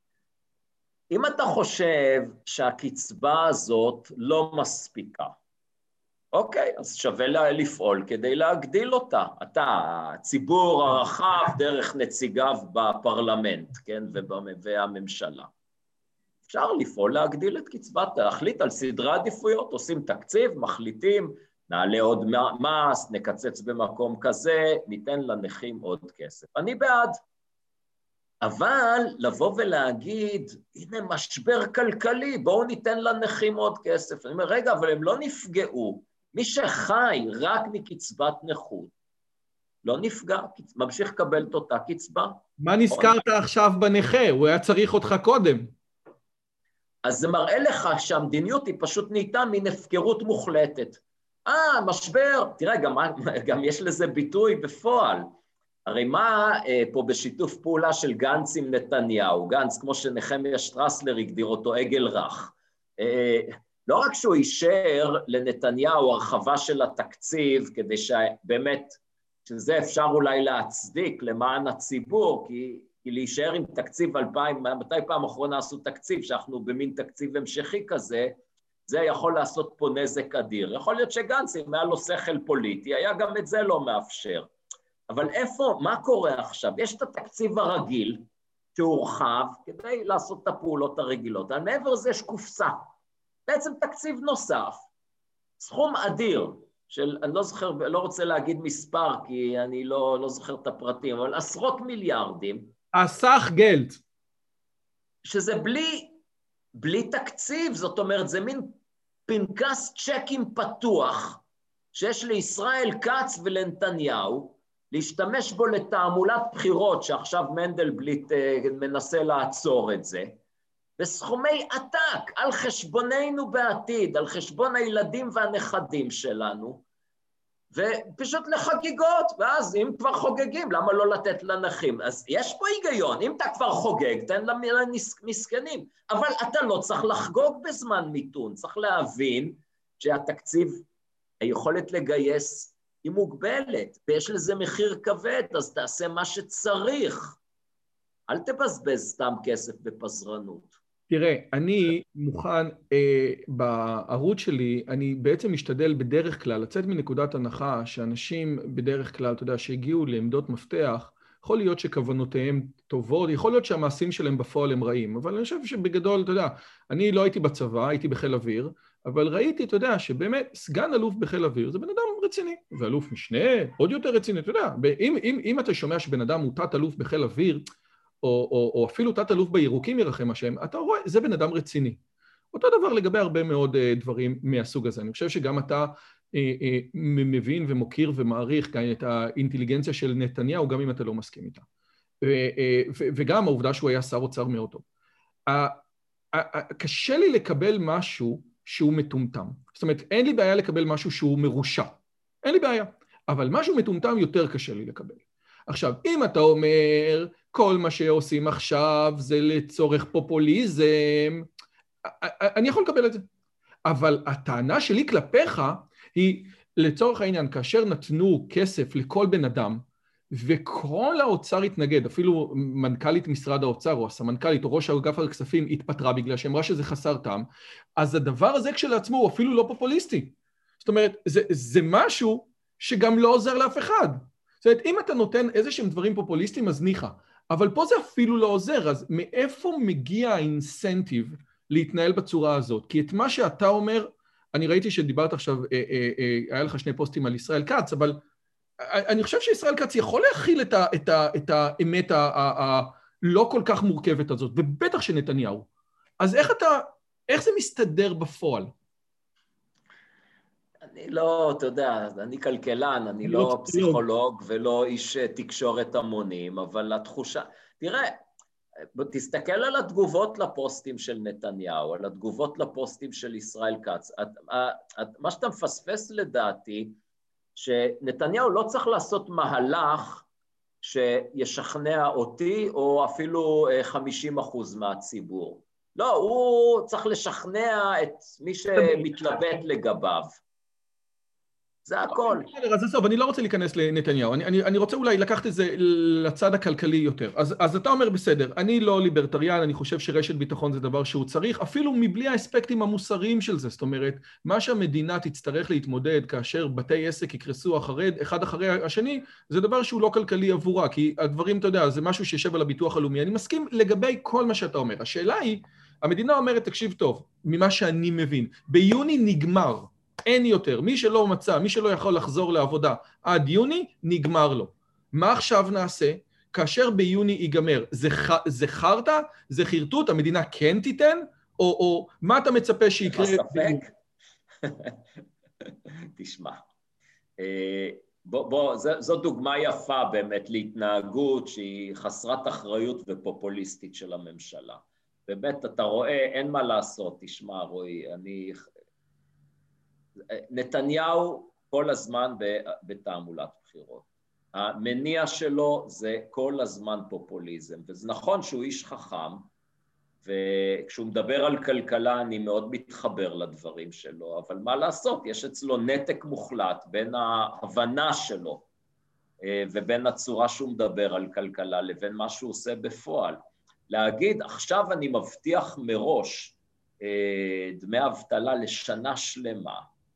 אם אתה חושב שהקצבה הזאת לא מספיקה, אוקיי, אז שווה לה לפעול כדי להגדיל אותה. אתה, הציבור הרחב דרך נציגיו בפרלמנט, כן, והממשלה. אפשר לפעול להגדיל את קצבת, להחליט על סדרי עדיפויות, עושים תקציב, מחליטים, נעלה עוד מס, נקצץ במקום כזה, ניתן לנכים עוד כסף. אני בעד. אבל לבוא ולהגיד, הנה משבר כלכלי, בואו ניתן לנכים עוד כסף. אני אומר, רגע, אבל הם לא נפגעו. מי שחי רק מקצבת נכות, לא נפגע, ממשיך לקבל את אותה קצבה. מה נזכרת עכשיו בנכה? הוא היה צריך אותך קודם. אז זה מראה לך שהמדיניות היא פשוט נהייתה מן הפקרות מוחלטת. אה, משבר, תראה, גם, גם יש לזה ביטוי בפועל. הרי מה אה, פה בשיתוף פעולה של גנץ עם נתניהו, גנץ כמו שנחמיה שטרסלר הגדיר אותו עגל רך, אה, לא רק שהוא אישר לנתניהו הרחבה של התקציב, כדי שבאמת, שזה אפשר אולי להצדיק למען הציבור, כי, כי להישאר עם תקציב אלפיים, מתי פעם אחרונה עשו תקציב, שאנחנו במין תקציב המשכי כזה, זה יכול לעשות פה נזק אדיר. יכול להיות שגנץ, אם היה לו שכל פוליטי, היה גם את זה לא מאפשר. אבל איפה, מה קורה עכשיו? יש את התקציב הרגיל, שהורחב, כדי לעשות את הפעולות הרגילות. אבל מעבר לזה יש קופסה. בעצם תקציב נוסף, סכום אדיר, של, אני לא זוכר, לא רוצה להגיד מספר, כי אני לא, לא זוכר את הפרטים, אבל עשרות מיליארדים. הסך גלד. שזה בלי, בלי תקציב, זאת אומרת, זה מין פנקס צ'קים פתוח, שיש לישראל כץ ולנתניהו, להשתמש בו לתעמולת בחירות, שעכשיו מנדלבליט מנסה לעצור את זה, בסכומי עתק, על חשבוננו בעתיד, על חשבון הילדים והנכדים שלנו, ופשוט לחגיגות, ואז אם כבר חוגגים, למה לא לתת לנכים? אז יש פה היגיון, אם אתה כבר חוגג, תן למסכנים, אבל אתה לא צריך לחגוג בזמן מיתון, צריך להבין שהתקציב, היכולת לגייס היא מוגבלת, ויש לזה מחיר כבד, אז תעשה מה שצריך. אל תבזבז סתם כסף בפזרנות. תראה, אני מוכן, אה, בערוץ שלי, אני בעצם משתדל בדרך כלל, לצאת מנקודת הנחה שאנשים בדרך כלל, אתה יודע, שהגיעו לעמדות מפתח, יכול להיות שכוונותיהם טובות, יכול להיות שהמעשים שלהם בפועל הם רעים, אבל אני חושב שבגדול, אתה יודע, אני לא הייתי בצבא, הייתי בחיל אוויר, אבל ראיתי, אתה יודע, שבאמת סגן אלוף בחיל אוויר זה בן אדם רציני, ואלוף משנה, עוד יותר רציני, אתה יודע, אם, אם, אם אתה שומע שבן אדם הוא תת אלוף בחיל אוויר, או, או, או אפילו תת אלוף בירוקים ירחם השם, אתה רואה, זה בן אדם רציני. אותו דבר לגבי הרבה מאוד uh, דברים מהסוג הזה. אני חושב שגם אתה uh, uh, מבין ומוקיר ומעריך את האינטליגנציה של נתניהו, גם אם אתה לא מסכים איתה. ו, uh, ו, וגם העובדה שהוא היה שר אוצר מאוד טוב. Uh, uh, uh, קשה לי לקבל משהו שהוא מטומטם. זאת אומרת, אין לי בעיה לקבל משהו שהוא מרושע. אין לי בעיה. אבל משהו מטומטם יותר קשה לי לקבל. עכשיו, אם אתה אומר, כל מה שעושים עכשיו זה לצורך פופוליזם, אני יכול לקבל את זה. אבל הטענה שלי כלפיך היא, לצורך העניין, כאשר נתנו כסף לכל בן אדם, וכל האוצר התנגד, אפילו מנכ"לית משרד האוצר, או הסמנכ"לית, או ראש אגף הכספים, התפטרה בגלל שאמרה שזה חסר טעם, אז הדבר הזה כשלעצמו הוא אפילו לא פופוליסטי. זאת אומרת, זה, זה משהו שגם לא עוזר לאף אחד. זאת אומרת, אם אתה נותן איזה שהם דברים פופוליסטיים, אז ניחא. אבל פה זה אפילו לא עוזר, אז מאיפה מגיע האינסנטיב להתנהל בצורה הזאת? כי את מה שאתה אומר, אני ראיתי שדיברת עכשיו, אה, אה, אה, היה לך שני פוסטים על ישראל כץ, אבל אני חושב שישראל כץ יכול להכיל את, ה, את, ה, את האמת הלא כל כך מורכבת הזאת, ובטח שנתניהו. אז איך אתה, איך זה מסתדר בפועל? אני לא, אתה יודע, אני כלכלן, אני לא פסיכולוג ולא איש תקשורת המונים, אבל התחושה, תראה, תסתכל על התגובות לפוסטים של נתניהו, על התגובות לפוסטים של ישראל כץ. את, את, מה שאתה מפספס לדעתי, שנתניהו לא צריך לעשות מהלך שישכנע אותי, או אפילו חמישים אחוז מהציבור. לא, הוא צריך לשכנע את מי שמתלבט לגביו. זה הכל. אז עזוב, אני לא רוצה להיכנס לנתניהו, אני, אני, אני רוצה אולי לקחת את זה לצד הכלכלי יותר. אז, אז אתה אומר בסדר, אני לא ליברטריאן, אני חושב שרשת ביטחון זה דבר שהוא צריך, אפילו מבלי האספקטים המוסריים של זה, זאת אומרת, מה שהמדינה תצטרך להתמודד כאשר בתי עסק יקרסו אחרי, אחד אחרי השני, זה דבר שהוא לא כלכלי עבורה, כי הדברים, אתה יודע, זה משהו שישב על הביטוח הלאומי. אני מסכים לגבי כל מה שאתה אומר. השאלה היא, המדינה אומרת, תקשיב טוב, ממה שאני מבין, ביוני נגמר, אין יותר. מי שלא מצא, מי שלא יכול לחזור לעבודה עד יוני, נגמר לו. מה עכשיו נעשה? כאשר ביוני ייגמר, זה, זה חרטה? זה חרטוט? המדינה כן תיתן? או, או מה אתה מצפה שיקרה? ספק? תשמע. בוא, בוא, זו דוגמה יפה באמת להתנהגות שהיא חסרת אחריות ופופוליסטית של הממשלה. באמת, אתה רואה, אין מה לעשות. תשמע, רועי, אני... נתניהו כל הזמן בתעמולת בחירות. המניע שלו זה כל הזמן פופוליזם, וזה נכון שהוא איש חכם, וכשהוא מדבר על כלכלה אני מאוד מתחבר לדברים שלו, אבל מה לעשות? יש אצלו נתק מוחלט בין ההבנה שלו ובין הצורה שהוא מדבר על כלכלה לבין מה שהוא עושה בפועל. להגיד, עכשיו אני מבטיח מראש דמי אבטלה לשנה שלמה,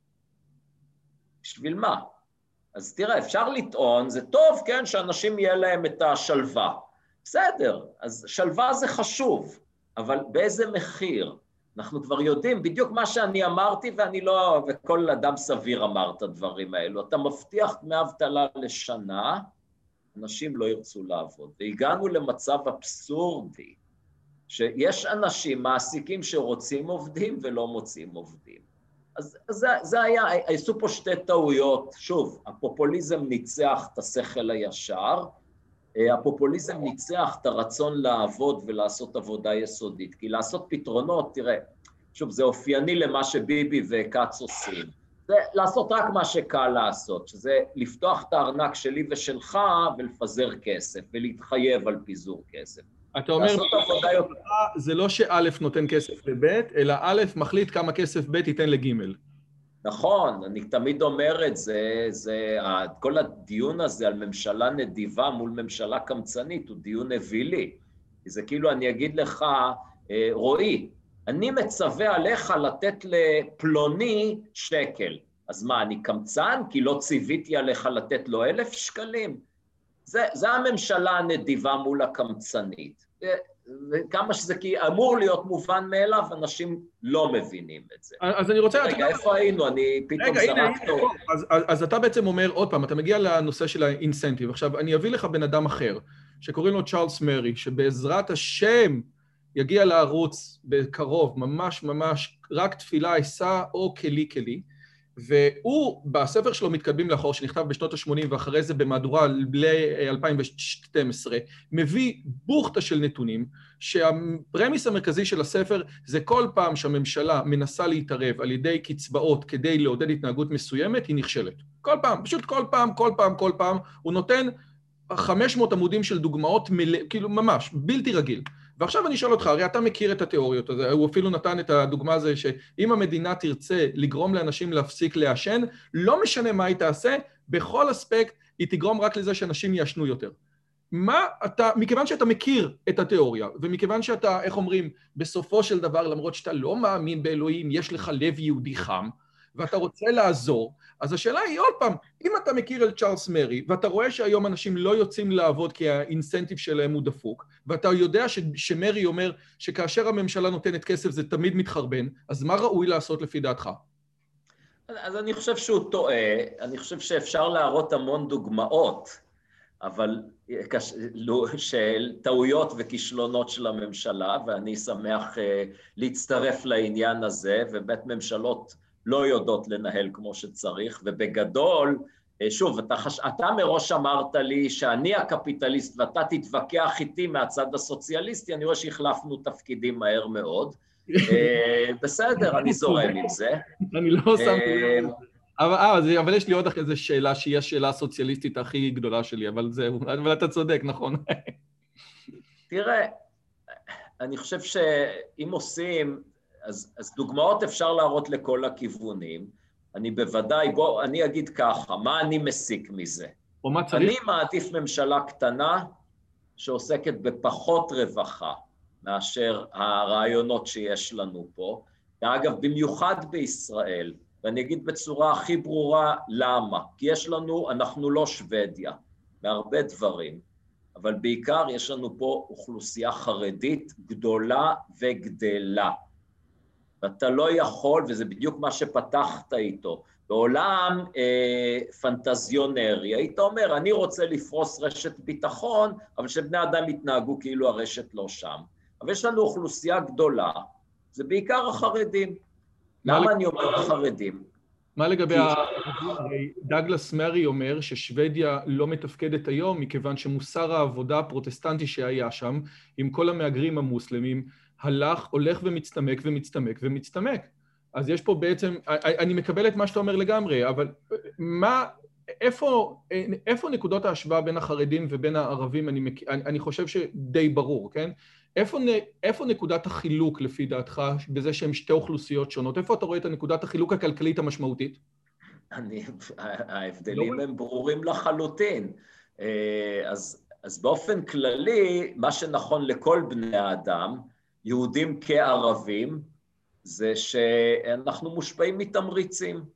בשביל מה? אז תראה, אפשר לטעון, זה טוב, כן, שאנשים יהיה להם את השלווה. בסדר, אז שלווה זה חשוב, אבל באיזה מחיר? אנחנו כבר יודעים בדיוק מה שאני אמרתי, ואני לא, וכל אדם סביר אמר את הדברים האלו. אתה מבטיח דמי אבטלה לשנה, אנשים לא ירצו לעבוד. והגענו למצב אבסורדי, שיש אנשים, מעסיקים שרוצים עובדים ולא מוצאים עובדים. אז זה, זה היה, עשו פה שתי טעויות. שוב, הפופוליזם ניצח את השכל הישר, הפופוליזם ניצח את הרצון לעבוד ולעשות עבודה יסודית, כי לעשות פתרונות, תראה, שוב, זה אופייני למה שביבי וכץ עושים, זה לעשות רק מה שקל לעשות, שזה לפתוח את הארנק שלי ושלך ולפזר כסף, ולהתחייב על פיזור כסף. אתה אומר, זה לא שא' נותן כסף לב', אלא א' מחליט כמה כסף ב' ייתן לג'. נכון, אני תמיד אומר את זה, זה, כל הדיון הזה על ממשלה נדיבה מול ממשלה קמצנית, הוא דיון אווילי. זה כאילו אני אגיד לך, רועי, אני מצווה עליך לתת לפלוני שקל. אז מה, אני קמצן? כי לא ציוויתי עליך לתת לו אלף שקלים? זה, זה הממשלה הנדיבה מול הקמצנית. וכמה שזה כי אמור להיות מובן מאליו, אנשים לא מבינים את זה. אז אני רוצה... רגע, איפה היינו? אני פתאום זרקת אותו. אז אתה בעצם אומר, עוד פעם, אתה מגיע לנושא של האינסנטיב. עכשיו, אני אביא לך בן אדם אחר, שקוראים לו צ'ארלס מרי, שבעזרת השם יגיע לערוץ בקרוב, ממש ממש, רק תפילה אשא או כלי כלי, והוא, בספר שלו מתקדמים לאחור, שנכתב בשנות ה-שמונים, ואחרי זה במהדורה ל-אלפיים ושתים עשרה, מביא בוכתה של נתונים, שהפרמיס המרכזי של הספר זה כל פעם שהממשלה מנסה להתערב על ידי קצבאות כדי לעודד התנהגות מסוימת, היא נכשלת. כל פעם, פשוט כל פעם, כל פעם, כל פעם, הוא נותן חמש מאות עמודים של דוגמאות, מלא, כאילו ממש, בלתי רגיל. ועכשיו אני אשאל אותך, הרי אתה מכיר את התיאוריות, הוא אפילו נתן את הדוגמה הזו, שאם המדינה תרצה לגרום לאנשים להפסיק לעשן, לא משנה מה היא תעשה, בכל אספקט היא תגרום רק לזה שאנשים יעשנו יותר. מה אתה, מכיוון שאתה מכיר את התיאוריה, ומכיוון שאתה, איך אומרים, בסופו של דבר, למרות שאתה לא מאמין באלוהים, יש לך לב יהודי חם, ואתה רוצה לעזור, אז השאלה היא עוד פעם, אם אתה מכיר את צ'ארלס מרי, ואתה רואה שהיום אנשים לא יוצאים לעבוד כי האינסנטיב שלהם הוא דפוק, ואתה יודע ש- שמרי אומר שכאשר הממשלה נותנת כסף זה תמיד מתחרבן, אז מה ראוי לעשות לפי דעתך? אז אני חושב שהוא טועה, אני חושב שאפשר להראות המון דוגמאות, אבל של טעויות וכישלונות של הממשלה, ואני שמח להצטרף לעניין הזה, ובית ממשלות לא יודעות לנהל כמו שצריך, ובגדול, שוב, אתה, חש... אתה מראש אמרת לי שאני הקפיטליסט ואתה תתווכח איתי מהצד הסוציאליסטי, אני רואה שהחלפנו תפקידים מהר מאוד. בסדר, אני זורם עם זה. אני לא שמתי לב. אבל, אבל יש לי עוד אחרי זה שאלה, שהיא השאלה הסוציאליסטית הכי גדולה שלי, אבל זהו, אבל אתה צודק, נכון. תראה, אני חושב שאם עושים, אז, אז דוגמאות אפשר להראות לכל הכיוונים, אני בוודאי, בוא, אני אגיד ככה, מה אני מסיק מזה? אני מעדיף ממשלה קטנה שעוסקת בפחות רווחה מאשר הרעיונות שיש לנו פה, ואגב, במיוחד בישראל, ואני אגיד בצורה הכי ברורה למה, כי יש לנו, אנחנו לא שוודיה, בהרבה דברים, אבל בעיקר יש לנו פה אוכלוסייה חרדית גדולה וגדלה. ואתה לא יכול, וזה בדיוק מה שפתחת איתו, בעולם אה, פנטזיונרי, היית אומר, אני רוצה לפרוס רשת ביטחון, אבל שבני אדם יתנהגו כאילו הרשת לא שם. אבל יש לנו אוכלוסייה גדולה, זה בעיקר החרדים. למה אני אומר החרדים? מה לגבי החרדים? דאגלס מרי אומר ששוודיה לא מתפקדת היום, מכיוון שמוסר העבודה הפרוטסטנטי שהיה שם, עם כל המהגרים המוסלמים, הלך, הולך ומצטמק ומצטמק ומצטמק. אז יש פה בעצם, אני מקבל את מה שאתה אומר לגמרי, אבל מה, איפה, איפה נקודות ההשוואה בין החרדים ובין הערבים, אני, אני חושב שדי ברור, כן? איפה, איפה נקודת החילוק לפי דעתך בזה שהם שתי אוכלוסיות שונות? איפה אתה רואה את הנקודת החילוק הכלכלית המשמעותית? אני, ההבדלים הם ברורים לחלוטין. אז, אז באופן כללי, מה שנכון לכל בני האדם, יהודים כערבים, זה שאנחנו מושפעים מתמריצים.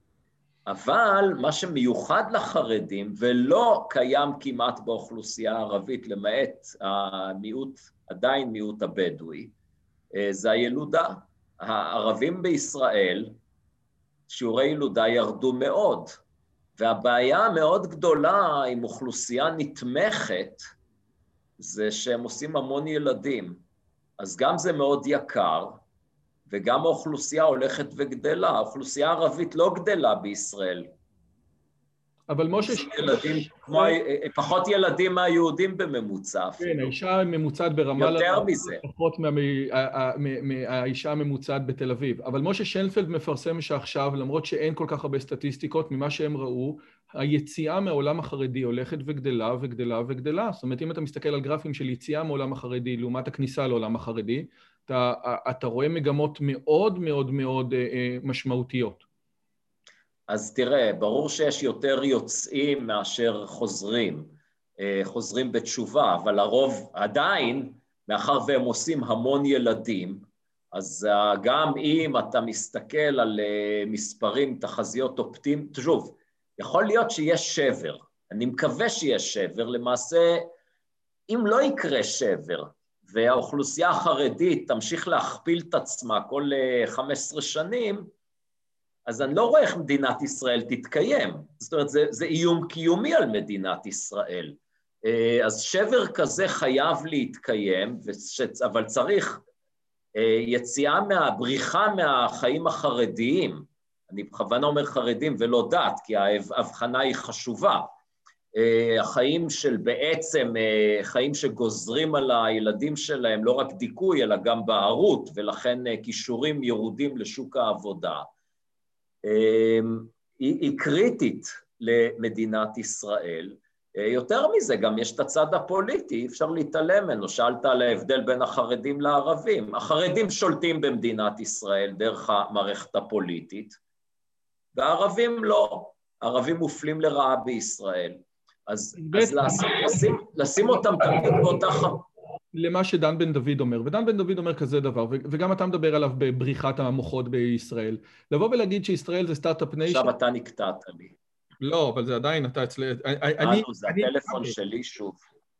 אבל מה שמיוחד לחרדים, ולא קיים כמעט באוכלוסייה הערבית, למעט המיעוט, עדיין מיעוט הבדואי, זה הילודה. הערבים בישראל, שיעורי ילודה ירדו מאוד, והבעיה המאוד גדולה עם אוכלוסייה נתמכת, זה שהם עושים המון ילדים. אז גם זה מאוד יקר, וגם האוכלוסייה הולכת וגדלה. האוכלוסייה הערבית לא גדלה בישראל. אבל משה... ילדים, כמו, פחות ילדים מהיהודים בממוצע. כן, האישה הממוצעת ברמאללה... יותר מזה. פחות מהאישה הממוצעת בתל אביב. אבל משה שיינפלד מפרסם שעכשיו, למרות שאין כל כך הרבה סטטיסטיקות, ממה שהם ראו, היציאה מהעולם החרדי הולכת וגדלה וגדלה וגדלה. זאת אומרת, אם אתה מסתכל על גרפים של יציאה מהעולם החרדי, לעומת הכניסה לעולם החרדי, אתה, אתה רואה מגמות מאוד מאוד מאוד משמעותיות. אז תראה, ברור שיש יותר יוצאים מאשר חוזרים, חוזרים בתשובה, אבל הרוב עדיין, מאחר והם עושים המון ילדים, אז גם אם אתה מסתכל על מספרים, תחזיות אופטימיים, שוב, יכול להיות שיש שבר, אני מקווה שיש שבר, למעשה, אם לא יקרה שבר, והאוכלוסייה החרדית תמשיך להכפיל את עצמה כל חמש עשרה שנים, אז אני לא רואה איך מדינת ישראל תתקיים. זאת אומרת, זה, זה איום קיומי על מדינת ישראל. אז שבר כזה חייב להתקיים, אבל צריך יציאה מהבריחה מהחיים החרדיים, אני בכוונה אומר חרדים ולא דת, כי ההבחנה היא חשובה. החיים של בעצם, חיים שגוזרים על הילדים שלהם לא רק דיכוי, אלא גם בערות, ולכן כישורים ירודים לשוק העבודה, היא, היא קריטית למדינת ישראל. יותר מזה, גם יש את הצד הפוליטי, אי אפשר להתעלם ממנו. שאלת על ההבדל בין החרדים לערבים. החרדים שולטים במדינת ישראל דרך המערכת הפוליטית, והערבים לא. הערבים מופלים לרעה בישראל. אז, אז לשים, לשים, לשים אותם תמיד באותה ח... למה שדן בן דוד אומר, ודן בן דוד אומר כזה דבר, וגם אתה מדבר עליו בבריחת המוחות בישראל. לבוא ולהגיד שישראל זה סטארט-אפ ניישן... עכשיו אתה נקטעת לי. לא, אבל זה עדיין, אתה אצלי... אנו, זה הטלפון שלי שוב.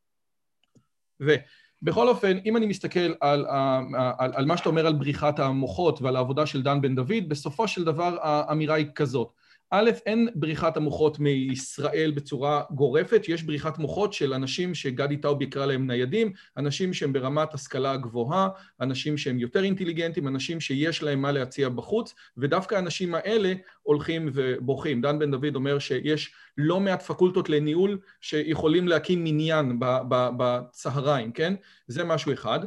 ובכל אופן, אם אני מסתכל על, על, על מה שאתה אומר על בריחת המוחות ועל העבודה של דן בן דוד, בסופו של דבר האמירה היא כזאת. א', אין בריחת המוחות מישראל בצורה גורפת, יש בריחת מוחות של אנשים שגדי טאוב יקרא להם ניידים, אנשים שהם ברמת השכלה גבוהה, אנשים שהם יותר אינטליגנטים, אנשים שיש להם מה להציע בחוץ, ודווקא האנשים האלה הולכים ובוכים. דן בן דוד אומר שיש לא מעט פקולטות לניהול שיכולים להקים מניין בצהריים, כן? זה משהו אחד.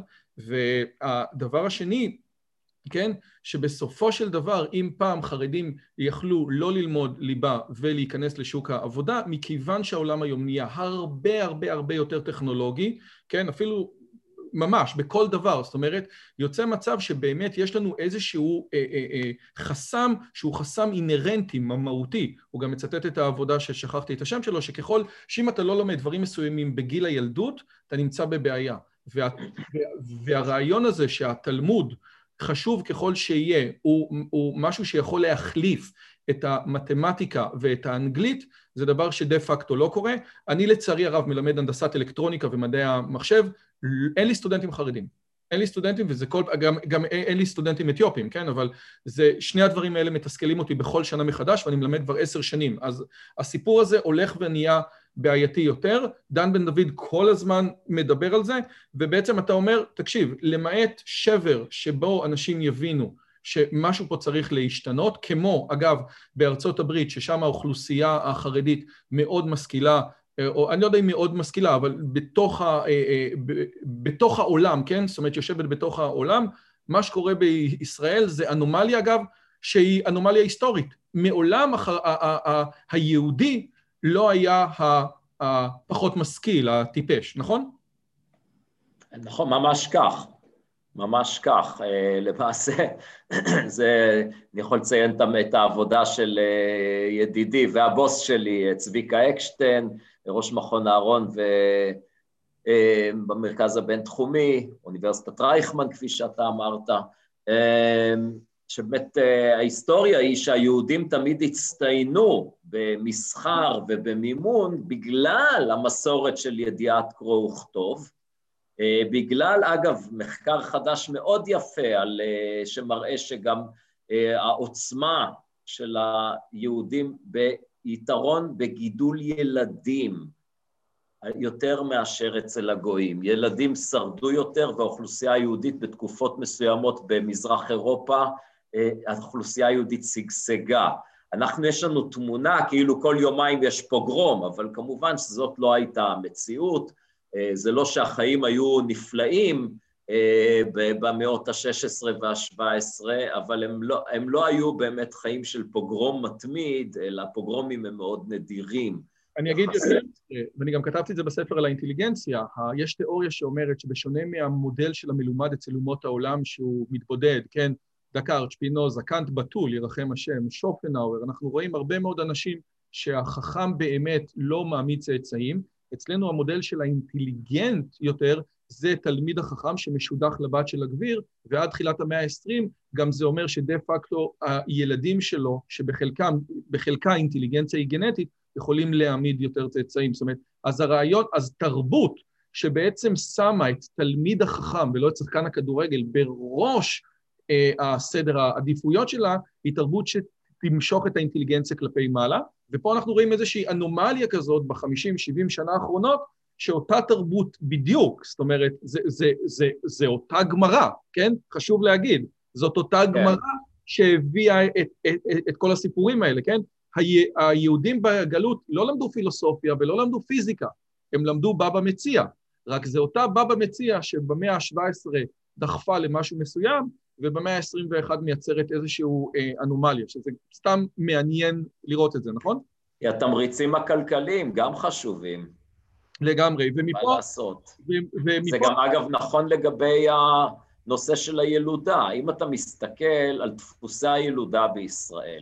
והדבר השני, כן? שבסופו של דבר, אם פעם חרדים יכלו לא ללמוד ליבה ולהיכנס לשוק העבודה, מכיוון שהעולם היום נהיה הרבה הרבה הרבה יותר טכנולוגי, כן? אפילו ממש בכל דבר, זאת אומרת, יוצא מצב שבאמת יש לנו איזשהו אה, אה, אה, חסם שהוא חסם אינרנטי, מהותי. הוא גם מצטט את העבודה ששכחתי את השם שלו, שככל שאם אתה לא לומד דברים מסוימים בגיל הילדות, אתה נמצא בבעיה. וה, והרעיון הזה שהתלמוד חשוב ככל שיהיה, הוא, הוא משהו שיכול להחליף את המתמטיקה ואת האנגלית, זה דבר שדה פקטו לא קורה. אני לצערי הרב מלמד הנדסת אלקטרוניקה ומדעי המחשב, אין לי סטודנטים חרדים. אין לי סטודנטים, וזה כל, גם, גם אין לי סטודנטים אתיופים, כן? אבל זה, שני הדברים האלה מתסכלים אותי בכל שנה מחדש, ואני מלמד כבר עשר שנים. אז הסיפור הזה הולך ונהיה בעייתי יותר. דן בן דוד כל הזמן מדבר על זה, ובעצם אתה אומר, תקשיב, למעט שבר שבו אנשים יבינו שמשהו פה צריך להשתנות, כמו, אגב, בארצות הברית, ששם האוכלוסייה החרדית מאוד משכילה, או אני לא יודע אם מאוד משכילה, אבל בתוך, ה, בתוך העולם, כן? זאת אומרת, יושבת בתוך העולם, מה שקורה בישראל זה אנומליה, אגב, שהיא אנומליה היסטורית. מעולם ה, ה, ה, היהודי לא היה הפחות משכיל, הטיפש, נכון? נכון, ממש כך. ממש כך. למעשה, זה, אני יכול לציין את העבודה של ידידי והבוס שלי, צביקה אקשטיין, ראש מכון אהרון ובמרכז הבינתחומי, אוניברסיטת רייכמן, כפי שאתה אמרת, שבאמת ההיסטוריה היא שהיהודים תמיד הצטיינו במסחר ובמימון בגלל המסורת של ידיעת קרוא וכתוב, בגלל, אגב, מחקר חדש מאוד יפה, על, שמראה שגם העוצמה של היהודים ביתרון בגידול ילדים, יותר מאשר אצל הגויים. ילדים שרדו יותר, והאוכלוסייה היהודית בתקופות מסוימות במזרח אירופה, האוכלוסייה היהודית שגשגה. אנחנו, יש לנו תמונה, כאילו כל יומיים יש פוגרום, אבל כמובן שזאת לא הייתה המציאות, זה לא שהחיים היו נפלאים במאות ה-שש עשרה וה-שבע עשרה, אבל הם לא, הם לא היו באמת חיים של פוגרום מתמיד, אלא פוגרומים הם מאוד נדירים. אני אגיד יותר, ואני גם כתבתי את זה בספר על האינטליגנציה, יש תיאוריה שאומרת שבשונה מהמודל של המלומד אצל אומות העולם שהוא מתבודד, כן, דקארט, שפינוזה, קאנט, בתול, ירחם השם, שופנהאואר, אנחנו רואים הרבה מאוד אנשים שהחכם באמת לא מעמיד צאצאים, אצלנו המודל של האינטליגנט יותר, זה תלמיד החכם שמשודח לבת של הגביר, ועד תחילת המאה ה-עשרים, גם זה אומר שדה פקטו הילדים שלו, שבחלקם, בחלקה אינטליגנציה היא גנטית, יכולים להעמיד יותר צאצאים. זאת אומרת, אז הרעיון, אז תרבות שבעצם שמה את תלמיד החכם, ולא את שחקן הכדורגל, בראש אה, הסדר העדיפויות שלה, היא תרבות שתמשוך את האינטליגנציה כלפי מעלה, ופה אנחנו רואים איזושהי אנומליה כזאת ב-חמישים שבעים שנה האחרונות, שאותה תרבות בדיוק, זאת אומרת, זה, זה, זה, זה אותה גמרא, כן? חשוב להגיד, זאת אותה גמרא שהביאה את, את, את, את כל הסיפורים האלה, כן? היהודים בגלות לא למדו פילוסופיה ולא למדו פיזיקה, הם למדו בבא מציע, רק זה אותה בבא מציע שבמאה ה-שבע עשרה דחפה למשהו מסוים, ובמאה ה-עשרים ואחת מייצרת איזשהו אה, אנומליה, שזה סתם מעניין לראות את זה, נכון? התמריצים הכלכליים גם חשובים. לגמרי, ומפה... מה לעשות? ו, ומפה... זה גם אגב נכון לגבי הנושא של הילודה. אם אתה מסתכל על דפוסי הילודה בישראל,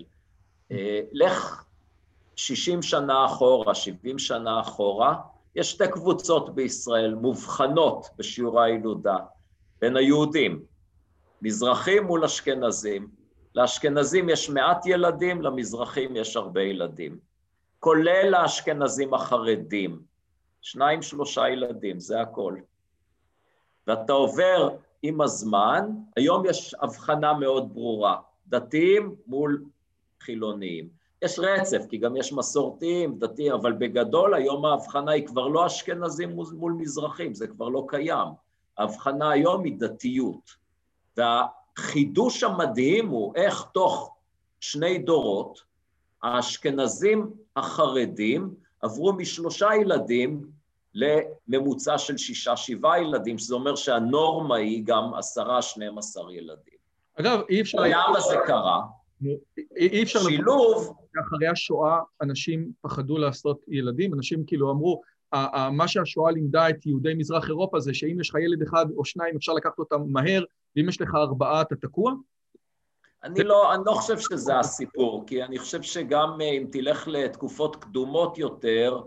לך שישים שנה אחורה, שבעים שנה אחורה, יש שתי קבוצות בישראל מובחנות בשיעור הילודה, בין היהודים, מזרחים מול אשכנזים. לאשכנזים יש מעט ילדים, למזרחים יש הרבה ילדים. כולל האשכנזים החרדים, שניים שלושה ילדים, זה הכל. ואתה עובר עם הזמן, היום יש הבחנה מאוד ברורה, דתיים מול חילוניים. יש רצף, כי גם יש מסורתיים, דתיים, אבל בגדול היום ההבחנה היא כבר לא אשכנזים מול מזרחים, זה כבר לא קיים. ההבחנה היום היא דתיות. והחידוש המדהים הוא איך תוך שני דורות, האשכנזים החרדים עברו משלושה ילדים לממוצע של שישה, שבעה ילדים, שזה אומר שהנורמה היא גם עשרה, שנים עשר ילדים. אגב, אי אפשר... למה זה קרה? אי אפשר... שילוב... אחרי השואה אנשים פחדו לעשות ילדים, אנשים כאילו אמרו, מה שהשואה לימדה את יהודי מזרח אירופה זה שאם יש לך ילד אחד או שניים אפשר לקחת אותם מהר, ואם יש לך ארבעה אתה תקוע? אני לא, אני לא חושב שזה הסיפור, כי אני חושב שגם אם תלך לתקופות קדומות יותר,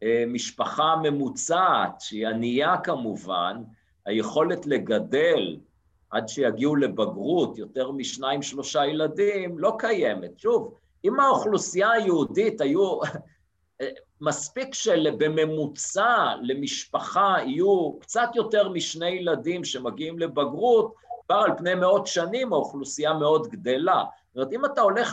משפחה ממוצעת, שהיא ענייה כמובן, היכולת לגדל עד שיגיעו לבגרות יותר משניים שלושה ילדים לא קיימת. שוב, אם האוכלוסייה היהודית היו מספיק שבממוצע למשפחה יהיו קצת יותר משני ילדים שמגיעים לבגרות, כבר על פני מאות שנים האוכלוסייה מאוד גדלה. זאת אומרת, אם אתה הולך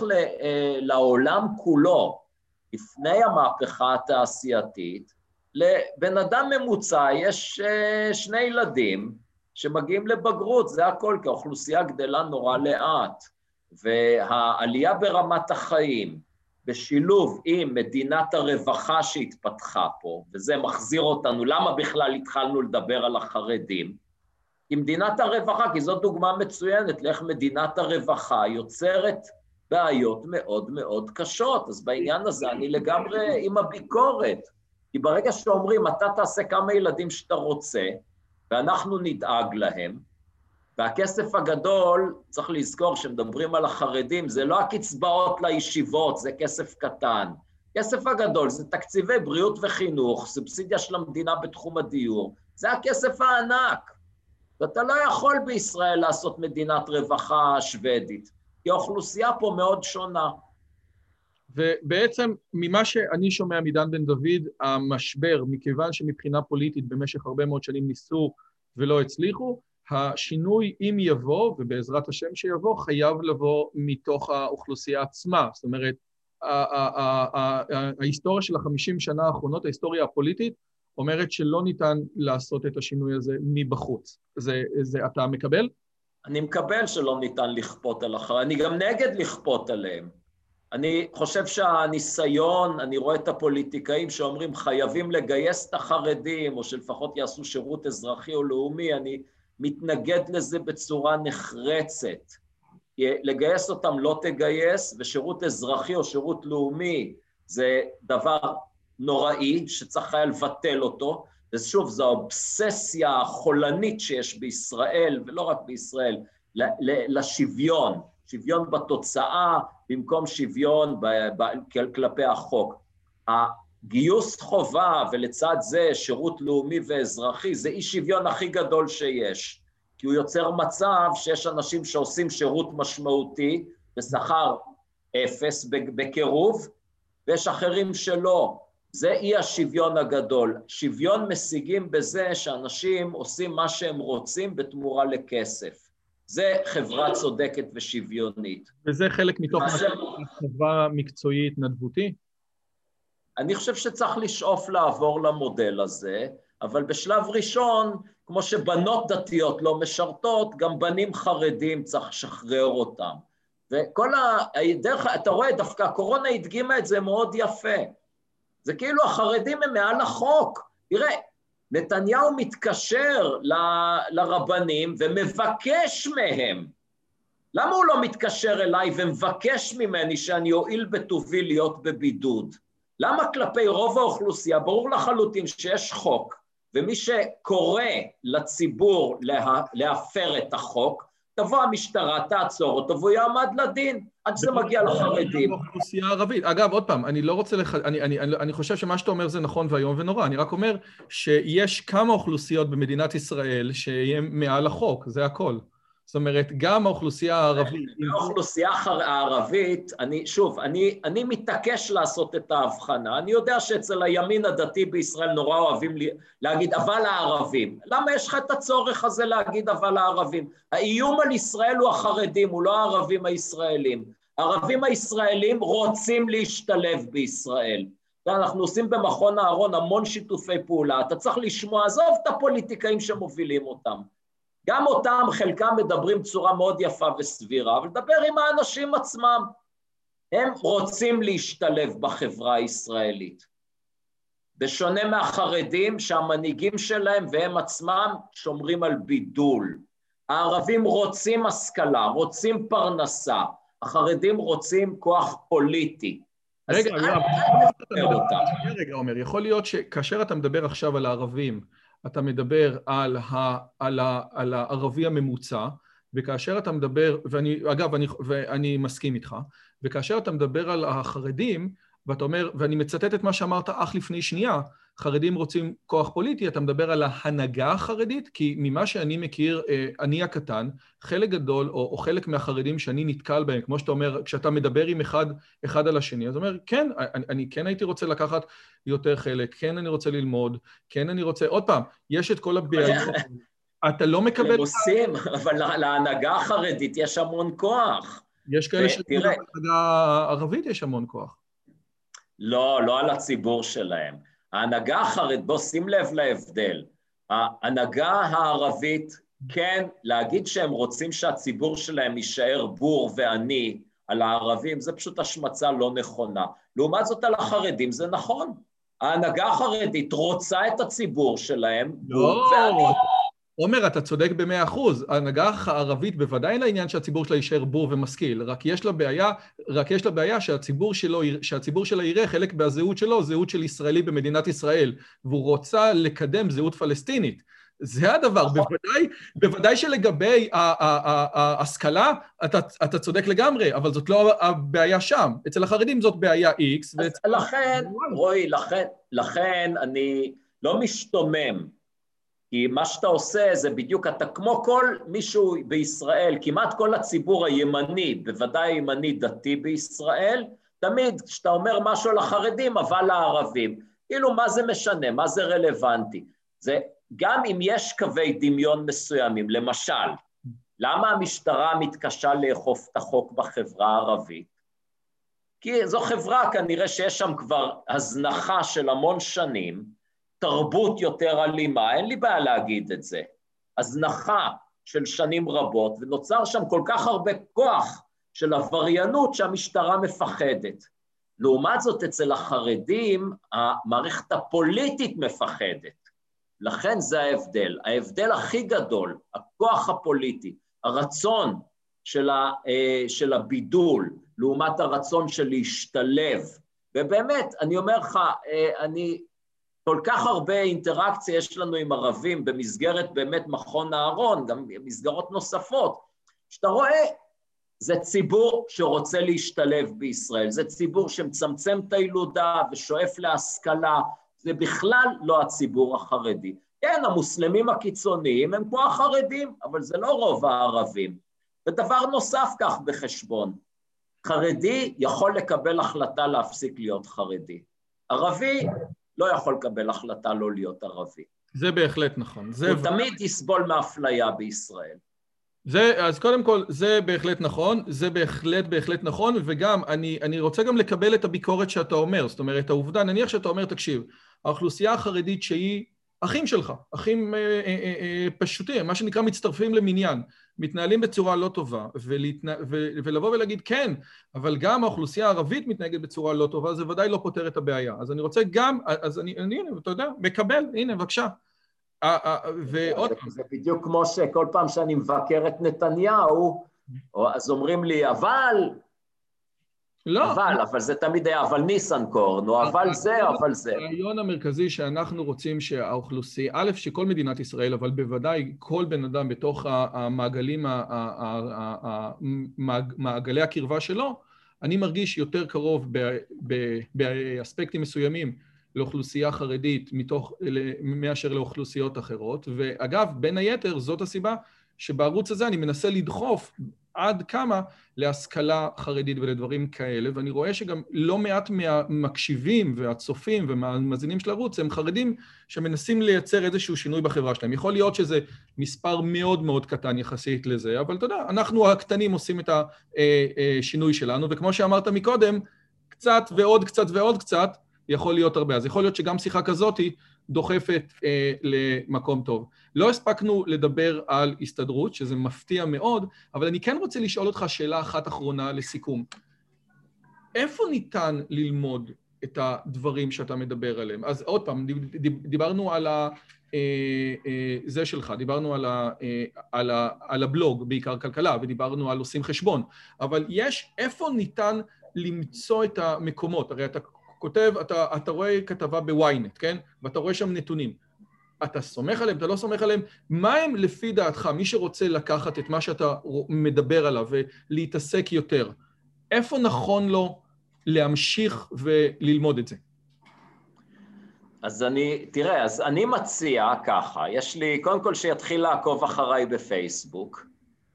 לעולם כולו, לפני המהפכה התעשייתית, לבן אדם ממוצע יש שני ילדים שמגיעים לבגרות, זה הכל, כי האוכלוסייה גדלה נורא לאט, והעלייה ברמת החיים, בשילוב עם מדינת הרווחה שהתפתחה פה, וזה מחזיר אותנו, למה בכלל התחלנו לדבר על החרדים? כי מדינת הרווחה, כי זו דוגמה מצוינת, לאיך מדינת הרווחה יוצרת בעיות מאוד מאוד קשות, אז בעניין הזה אני לגמרי עם הביקורת, כי ברגע שאומרים, אתה תעשה כמה ילדים שאתה רוצה, ואנחנו נדאג להם, והכסף הגדול, צריך לזכור שמדברים על החרדים, זה לא הקצבאות לישיבות, זה כסף קטן. כסף הגדול זה תקציבי בריאות וחינוך, סובסידיה של המדינה בתחום הדיור, זה הכסף הענק. ואתה לא יכול בישראל לעשות מדינת רווחה שוודית, כי האוכלוסייה פה מאוד שונה. ובעצם ממה שאני שומע מדן בן דוד, המשבר, מכיוון שמבחינה פוליטית במשך הרבה מאוד שנים ניסו ולא הצליחו, השינוי אם יבוא, ובעזרת השם שיבוא, חייב לבוא מתוך האוכלוסייה עצמה. זאת אומרת, ההיסטוריה של החמישים שנה האחרונות, ההיסטוריה הפוליטית, אומרת שלא ניתן לעשות את השינוי הזה מבחוץ. זה, זה אתה מקבל? אני מקבל שלא ניתן לכפות על אחר, אני גם נגד לכפות עליהם. אני חושב שהניסיון, אני רואה את הפוליטיקאים שאומרים חייבים לגייס את החרדים, או שלפחות יעשו שירות אזרחי או לאומי, אני מתנגד לזה בצורה נחרצת. לגייס אותם לא תגייס, ושירות אזרחי או שירות לאומי זה דבר נוראי שצריך היה לבטל אותו, ושוב, זו האובססיה החולנית שיש בישראל, ולא רק בישראל, לשוויון, שוויון בתוצאה, במקום שוויון כלפי החוק. הגיוס חובה ולצד זה שירות לאומי ואזרחי, זה אי שוויון הכי גדול שיש, כי הוא יוצר מצב שיש אנשים שעושים שירות משמעותי, בשכר אפס בקירוב, ויש אחרים שלא. זה אי השוויון הגדול. שוויון משיגים בזה שאנשים עושים מה שהם רוצים בתמורה לכסף. זה חברה צודקת ושוויונית. וזה חלק מתוך חברה מקצועית נדבותי? אני חושב שצריך לשאוף לעבור למודל הזה, אבל בשלב ראשון, כמו שבנות דתיות לא משרתות, גם בנים חרדים צריך לשחרר אותם. וכל הדרך, אתה רואה, דווקא הקורונה הדגימה את זה מאוד יפה. זה כאילו החרדים הם מעל החוק. תראה, נתניהו מתקשר ל- לרבנים ומבקש מהם. למה הוא לא מתקשר אליי ומבקש ממני שאני אועיל בטובי להיות בבידוד? למה כלפי רוב האוכלוסייה, ברור לחלוטין שיש חוק, ומי שקורא לציבור לה, להפר את החוק, תבוא המשטרה, תעצור אותו, והוא יעמד לדין, עד שזה מגיע לחרדים. באוכלוסייה הערבית. אגב, עוד פעם, אני לא רוצה לח... אני, אני, אני, אני חושב שמה שאתה אומר זה נכון והיום ונורא, אני רק אומר שיש כמה אוכלוסיות במדינת ישראל שהן מעל החוק, זה הכל. זאת אומרת, גם האוכלוסייה הערבית... האוכלוסייה הערבית, אני, שוב, אני, אני מתעקש לעשות את ההבחנה, אני יודע שאצל הימין הדתי בישראל נורא אוהבים להגיד, אבל הערבים. למה יש לך את הצורך הזה להגיד אבל הערבים? האיום על ישראל הוא החרדים, הוא לא הערבים הישראלים. הערבים הישראלים רוצים להשתלב בישראל. אנחנו עושים במכון אהרון המון שיתופי פעולה, אתה צריך לשמוע, עזוב את הפוליטיקאים שמובילים אותם. גם אותם חלקם מדברים בצורה מאוד יפה וסבירה, אבל לדבר עם האנשים עצמם. הם רוצים להשתלב בחברה הישראלית. בשונה מהחרדים שהמנהיגים שלהם והם עצמם שומרים על בידול. הערבים רוצים השכלה, רוצים פרנסה, החרדים רוצים כוח פוליטי. רגע, רגע, עומר, יכול להיות שכאשר אתה מדבר עכשיו על הערבים, אתה מדבר על, ה, על, ה, על הערבי הממוצע, וכאשר אתה מדבר, ואני, אגב, אני, ואני מסכים איתך, וכאשר אתה מדבר על החרדים, ואתה אומר, ואני מצטט את מה שאמרת אך לפני שנייה, חרדים רוצים כוח פוליטי, אתה מדבר על ההנהגה החרדית, כי ממה שאני מכיר, אני הקטן, חלק גדול, או, או חלק מהחרדים שאני נתקל בהם, כמו שאתה אומר, כשאתה מדבר עם אחד, אחד על השני, אז אומר, כן, אני, אני כן הייתי רוצה לקחת יותר חלק, כן אני רוצה ללמוד, כן אני רוצה, עוד פעם, יש את כל הבעיות, אתה לא מקבל... הם עושים, אבל להנהגה החרדית יש המון כוח. יש כאלה שלהנהגה הערבית יש המון כוח. לא, לא על הציבור שלהם. ההנהגה החרדית, בוא שים לב להבדל, ההנהגה הערבית, כן, להגיד שהם רוצים שהציבור שלהם יישאר בור ועני על הערבים, זה פשוט השמצה לא נכונה. לעומת זאת על החרדים זה נכון. ההנהגה החרדית רוצה את הציבור שלהם בור ועני. עומר, אתה צודק במאה אחוז. ההנהגה הערבית בוודאי לעניין שהציבור שלה יישאר בור ומשכיל, רק יש לה בעיה, רק יש לה בעיה שהציבור שלו, שהציבור שלה יראה חלק מהזהות שלו, זהות של ישראלי במדינת ישראל, והוא רוצה לקדם זהות פלסטינית. זה הדבר, בוודאי, בוודאי שלגבי ההשכלה, אתה, אתה צודק לגמרי, אבל זאת לא הבעיה שם. אצל החרדים זאת בעיה X. אז לכן, רואי, לכן, לכן אני לא משתומם, כי מה שאתה עושה זה בדיוק, אתה כמו כל מישהו בישראל, כמעט כל הציבור הימני, בוודאי ימני דתי בישראל, תמיד כשאתה אומר משהו לחרדים, אבל לערבים, כאילו מה זה משנה, מה זה רלוונטי? זה גם אם יש קווי דמיון מסוימים, למשל, למה המשטרה מתקשה לאכוף את החוק בחברה הערבית? כי זו חברה כנראה שיש שם כבר הזנחה של המון שנים, תרבות יותר אלימה, אין לי בעיה להגיד את זה, הזנחה של שנים רבות, ונוצר שם כל כך הרבה כוח של עבריינות שהמשטרה מפחדת. לעומת זאת, אצל החרדים, המערכת הפוליטית מפחדת. לכן זה ההבדל. ההבדל הכי גדול, הכוח הפוליטי, הרצון של, ה, של הבידול, לעומת הרצון של להשתלב. ובאמת, אני אומר לך, אני... כל כך הרבה אינטראקציה יש לנו עם ערבים במסגרת באמת מכון אהרון, גם מסגרות נוספות, שאתה רואה, זה ציבור שרוצה להשתלב בישראל, זה ציבור שמצמצם את הילודה ושואף להשכלה, זה בכלל לא הציבור החרדי. כן, המוסלמים הקיצוניים הם כמו החרדים, אבל זה לא רוב הערבים. ודבר נוסף כך בחשבון, חרדי יכול לקבל החלטה להפסיק להיות חרדי. ערבי לא יכול לקבל החלטה לא להיות ערבי. זה בהחלט נכון. זה הוא ו... תמיד יסבול מאפליה בישראל. זה, אז קודם כל, זה בהחלט נכון, זה בהחלט בהחלט נכון, וגם אני, אני רוצה גם לקבל את הביקורת שאתה אומר, זאת אומרת, העובדה, נניח שאתה אומר, תקשיב, האוכלוסייה החרדית שהיא אחים שלך, אחים אה, אה, אה, פשוטים, מה שנקרא מצטרפים למניין, מתנהלים בצורה לא טובה, ולהתנה... ו... ולבוא ולהגיד כן, אבל גם האוכלוסייה הערבית מתנהגת בצורה לא טובה, זה ודאי לא פותר את הבעיה. אז אני רוצה גם, אז אני, אני הנה, אתה יודע, מקבל, הנה, בבקשה. ועוד פעם. זה בדיוק כמו שכל פעם שאני מבקר את נתניהו, אז אומרים לי, אבל... לא. אבל, אבל זה תמיד היה, אבל ניסנקורן, או אבל זה, אבל זה. הרעיון המרכזי שאנחנו רוצים שהאוכלוסייה, א', שכל מדינת ישראל, אבל בוודאי כל בן אדם בתוך המעגלים, מעגלי הקרבה שלו, אני מרגיש יותר קרוב באספקטים מסוימים לאוכלוסייה חרדית מתוך, מאשר לאוכלוסיות אחרות. ואגב, בין היתר, זאת הסיבה שבערוץ הזה אני מנסה לדחוף עד כמה להשכלה חרדית ולדברים כאלה, ואני רואה שגם לא מעט מהמקשיבים והצופים והמאזינים של הערוץ הם חרדים שמנסים לייצר איזשהו שינוי בחברה שלהם. יכול להיות שזה מספר מאוד מאוד קטן יחסית לזה, אבל אתה יודע, אנחנו הקטנים עושים את השינוי שלנו, וכמו שאמרת מקודם, קצת ועוד קצת ועוד קצת יכול להיות הרבה. אז יכול להיות שגם שיחה כזאת דוחפת אה, למקום טוב. לא הספקנו לדבר על הסתדרות, שזה מפתיע מאוד, אבל אני כן רוצה לשאול אותך שאלה אחת אחרונה לסיכום. איפה ניתן ללמוד את הדברים שאתה מדבר עליהם? אז עוד פעם, דיברנו על ה, אה, אה, זה שלך, דיברנו על, ה, אה, על, ה, על הבלוג, בעיקר כלכלה, ודיברנו על עושים חשבון, אבל יש, איפה ניתן למצוא את המקומות? הרי אתה כותב, אתה, אתה רואה כתבה בוויינט, כן? ואתה רואה שם נתונים. אתה סומך עליהם, אתה לא סומך עליהם. מה הם לפי דעתך, מי שרוצה לקחת את מה שאתה מדבר עליו ולהתעסק יותר, איפה נכון לו להמשיך וללמוד את זה? אז אני, תראה, אז אני מציע ככה, יש לי, קודם כל שיתחיל לעקוב אחריי בפייסבוק,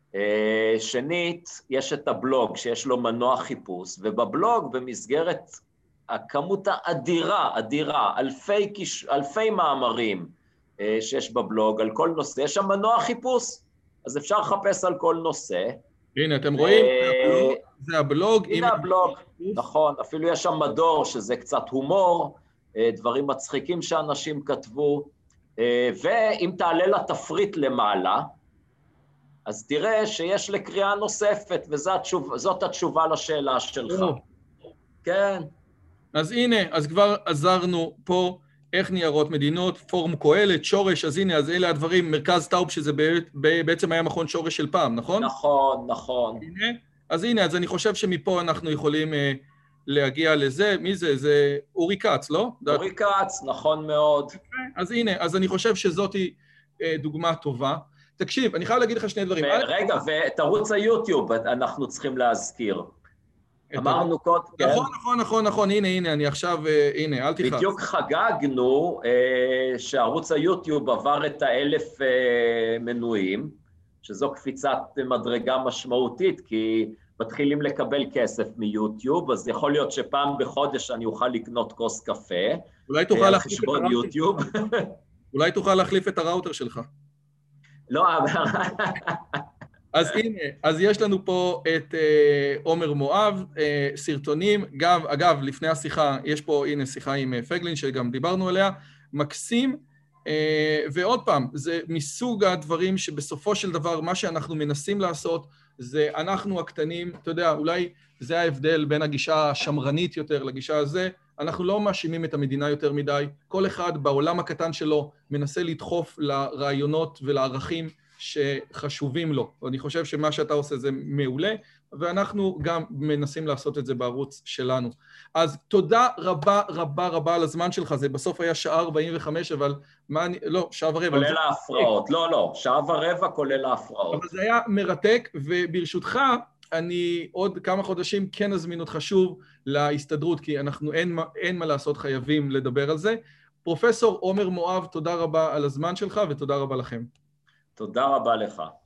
שנית, יש את הבלוג שיש לו מנוע חיפוש, ובבלוג במסגרת הכמות האדירה, אדירה, אלפי, אלפי מאמרים שיש בבלוג על כל נושא, יש שם מנוע חיפוש, אז אפשר לחפש על כל נושא. הנה, אתם רואים, זה הבלוג. הנה הבלוג, נכון, אפילו יש שם מדור שזה קצת הומור, דברים מצחיקים שאנשים כתבו, ואם תעלה לתפריט למעלה, אז תראה שיש לקריאה נוספת, וזאת התשובה לשאלה שלך. כן. אז הנה, אז כבר עזרנו פה איך ניירות מדינות, פורום קהלת, שורש, אז הנה, אז אלה הדברים, מרכז טאוב, שזה בעצם היה מכון שורש של פעם, נכון? נכון, נכון. הנה, אז הנה, אז אני חושב שמפה אנחנו יכולים אה, להגיע לזה, מי זה? זה אורי קץ, לא? אורי קץ, נכון מאוד. אז הנה, אז אני חושב שזאת אה, דוגמה טובה. תקשיב, אני חייב להגיד לך שני דברים. רגע, ואת ערוץ היוטיוב אנחנו צריכים להזכיר. אמרנו קודם, כן. נכון, נכון, נכון, נכון, הנה, הנה, אני עכשיו, הנה, אל תכעס. בדיוק חגגנו שערוץ היוטיוב עבר את האלף מנויים, שזו קפיצת מדרגה משמעותית, כי מתחילים לקבל כסף מיוטיוב, אז יכול להיות שפעם בחודש אני אוכל לקנות כוס קפה, אולי תוכל על להחליף חשבון את יוטיוב. אולי תוכל להחליף את הראוטר שלך. לא, אבל... אז הנה, אז יש לנו פה את אה, עומר מואב, אה, סרטונים, גם, אגב, לפני השיחה, יש פה, הנה, שיחה עם אה, פגלין, שגם דיברנו עליה, מקסים, אה, ועוד פעם, זה מסוג הדברים שבסופו של דבר, מה שאנחנו מנסים לעשות, זה אנחנו הקטנים, אתה יודע, אולי זה ההבדל בין הגישה השמרנית יותר לגישה הזה, אנחנו לא מאשימים את המדינה יותר מדי, כל אחד בעולם הקטן שלו מנסה לדחוף לרעיונות ולערכים, שחשובים לו, ואני חושב שמה שאתה עושה זה מעולה, ואנחנו גם מנסים לעשות את זה בערוץ שלנו. אז תודה רבה רבה רבה על הזמן שלך, זה בסוף היה שעה ארבעים וחמש, אבל מה אני, לא, שעה ורבע. כולל ההפרעות, לא, לא, שעה ורבע כולל ההפרעות. אבל זה היה מרתק, וברשותך, אני עוד כמה חודשים כן אזמין אותך שוב להסתדרות, כי אנחנו אין, אין מה לעשות, חייבים לדבר על זה. פרופסור עומר מואב, תודה רבה על הזמן שלך, ותודה רבה לכם. תודה רבה לך.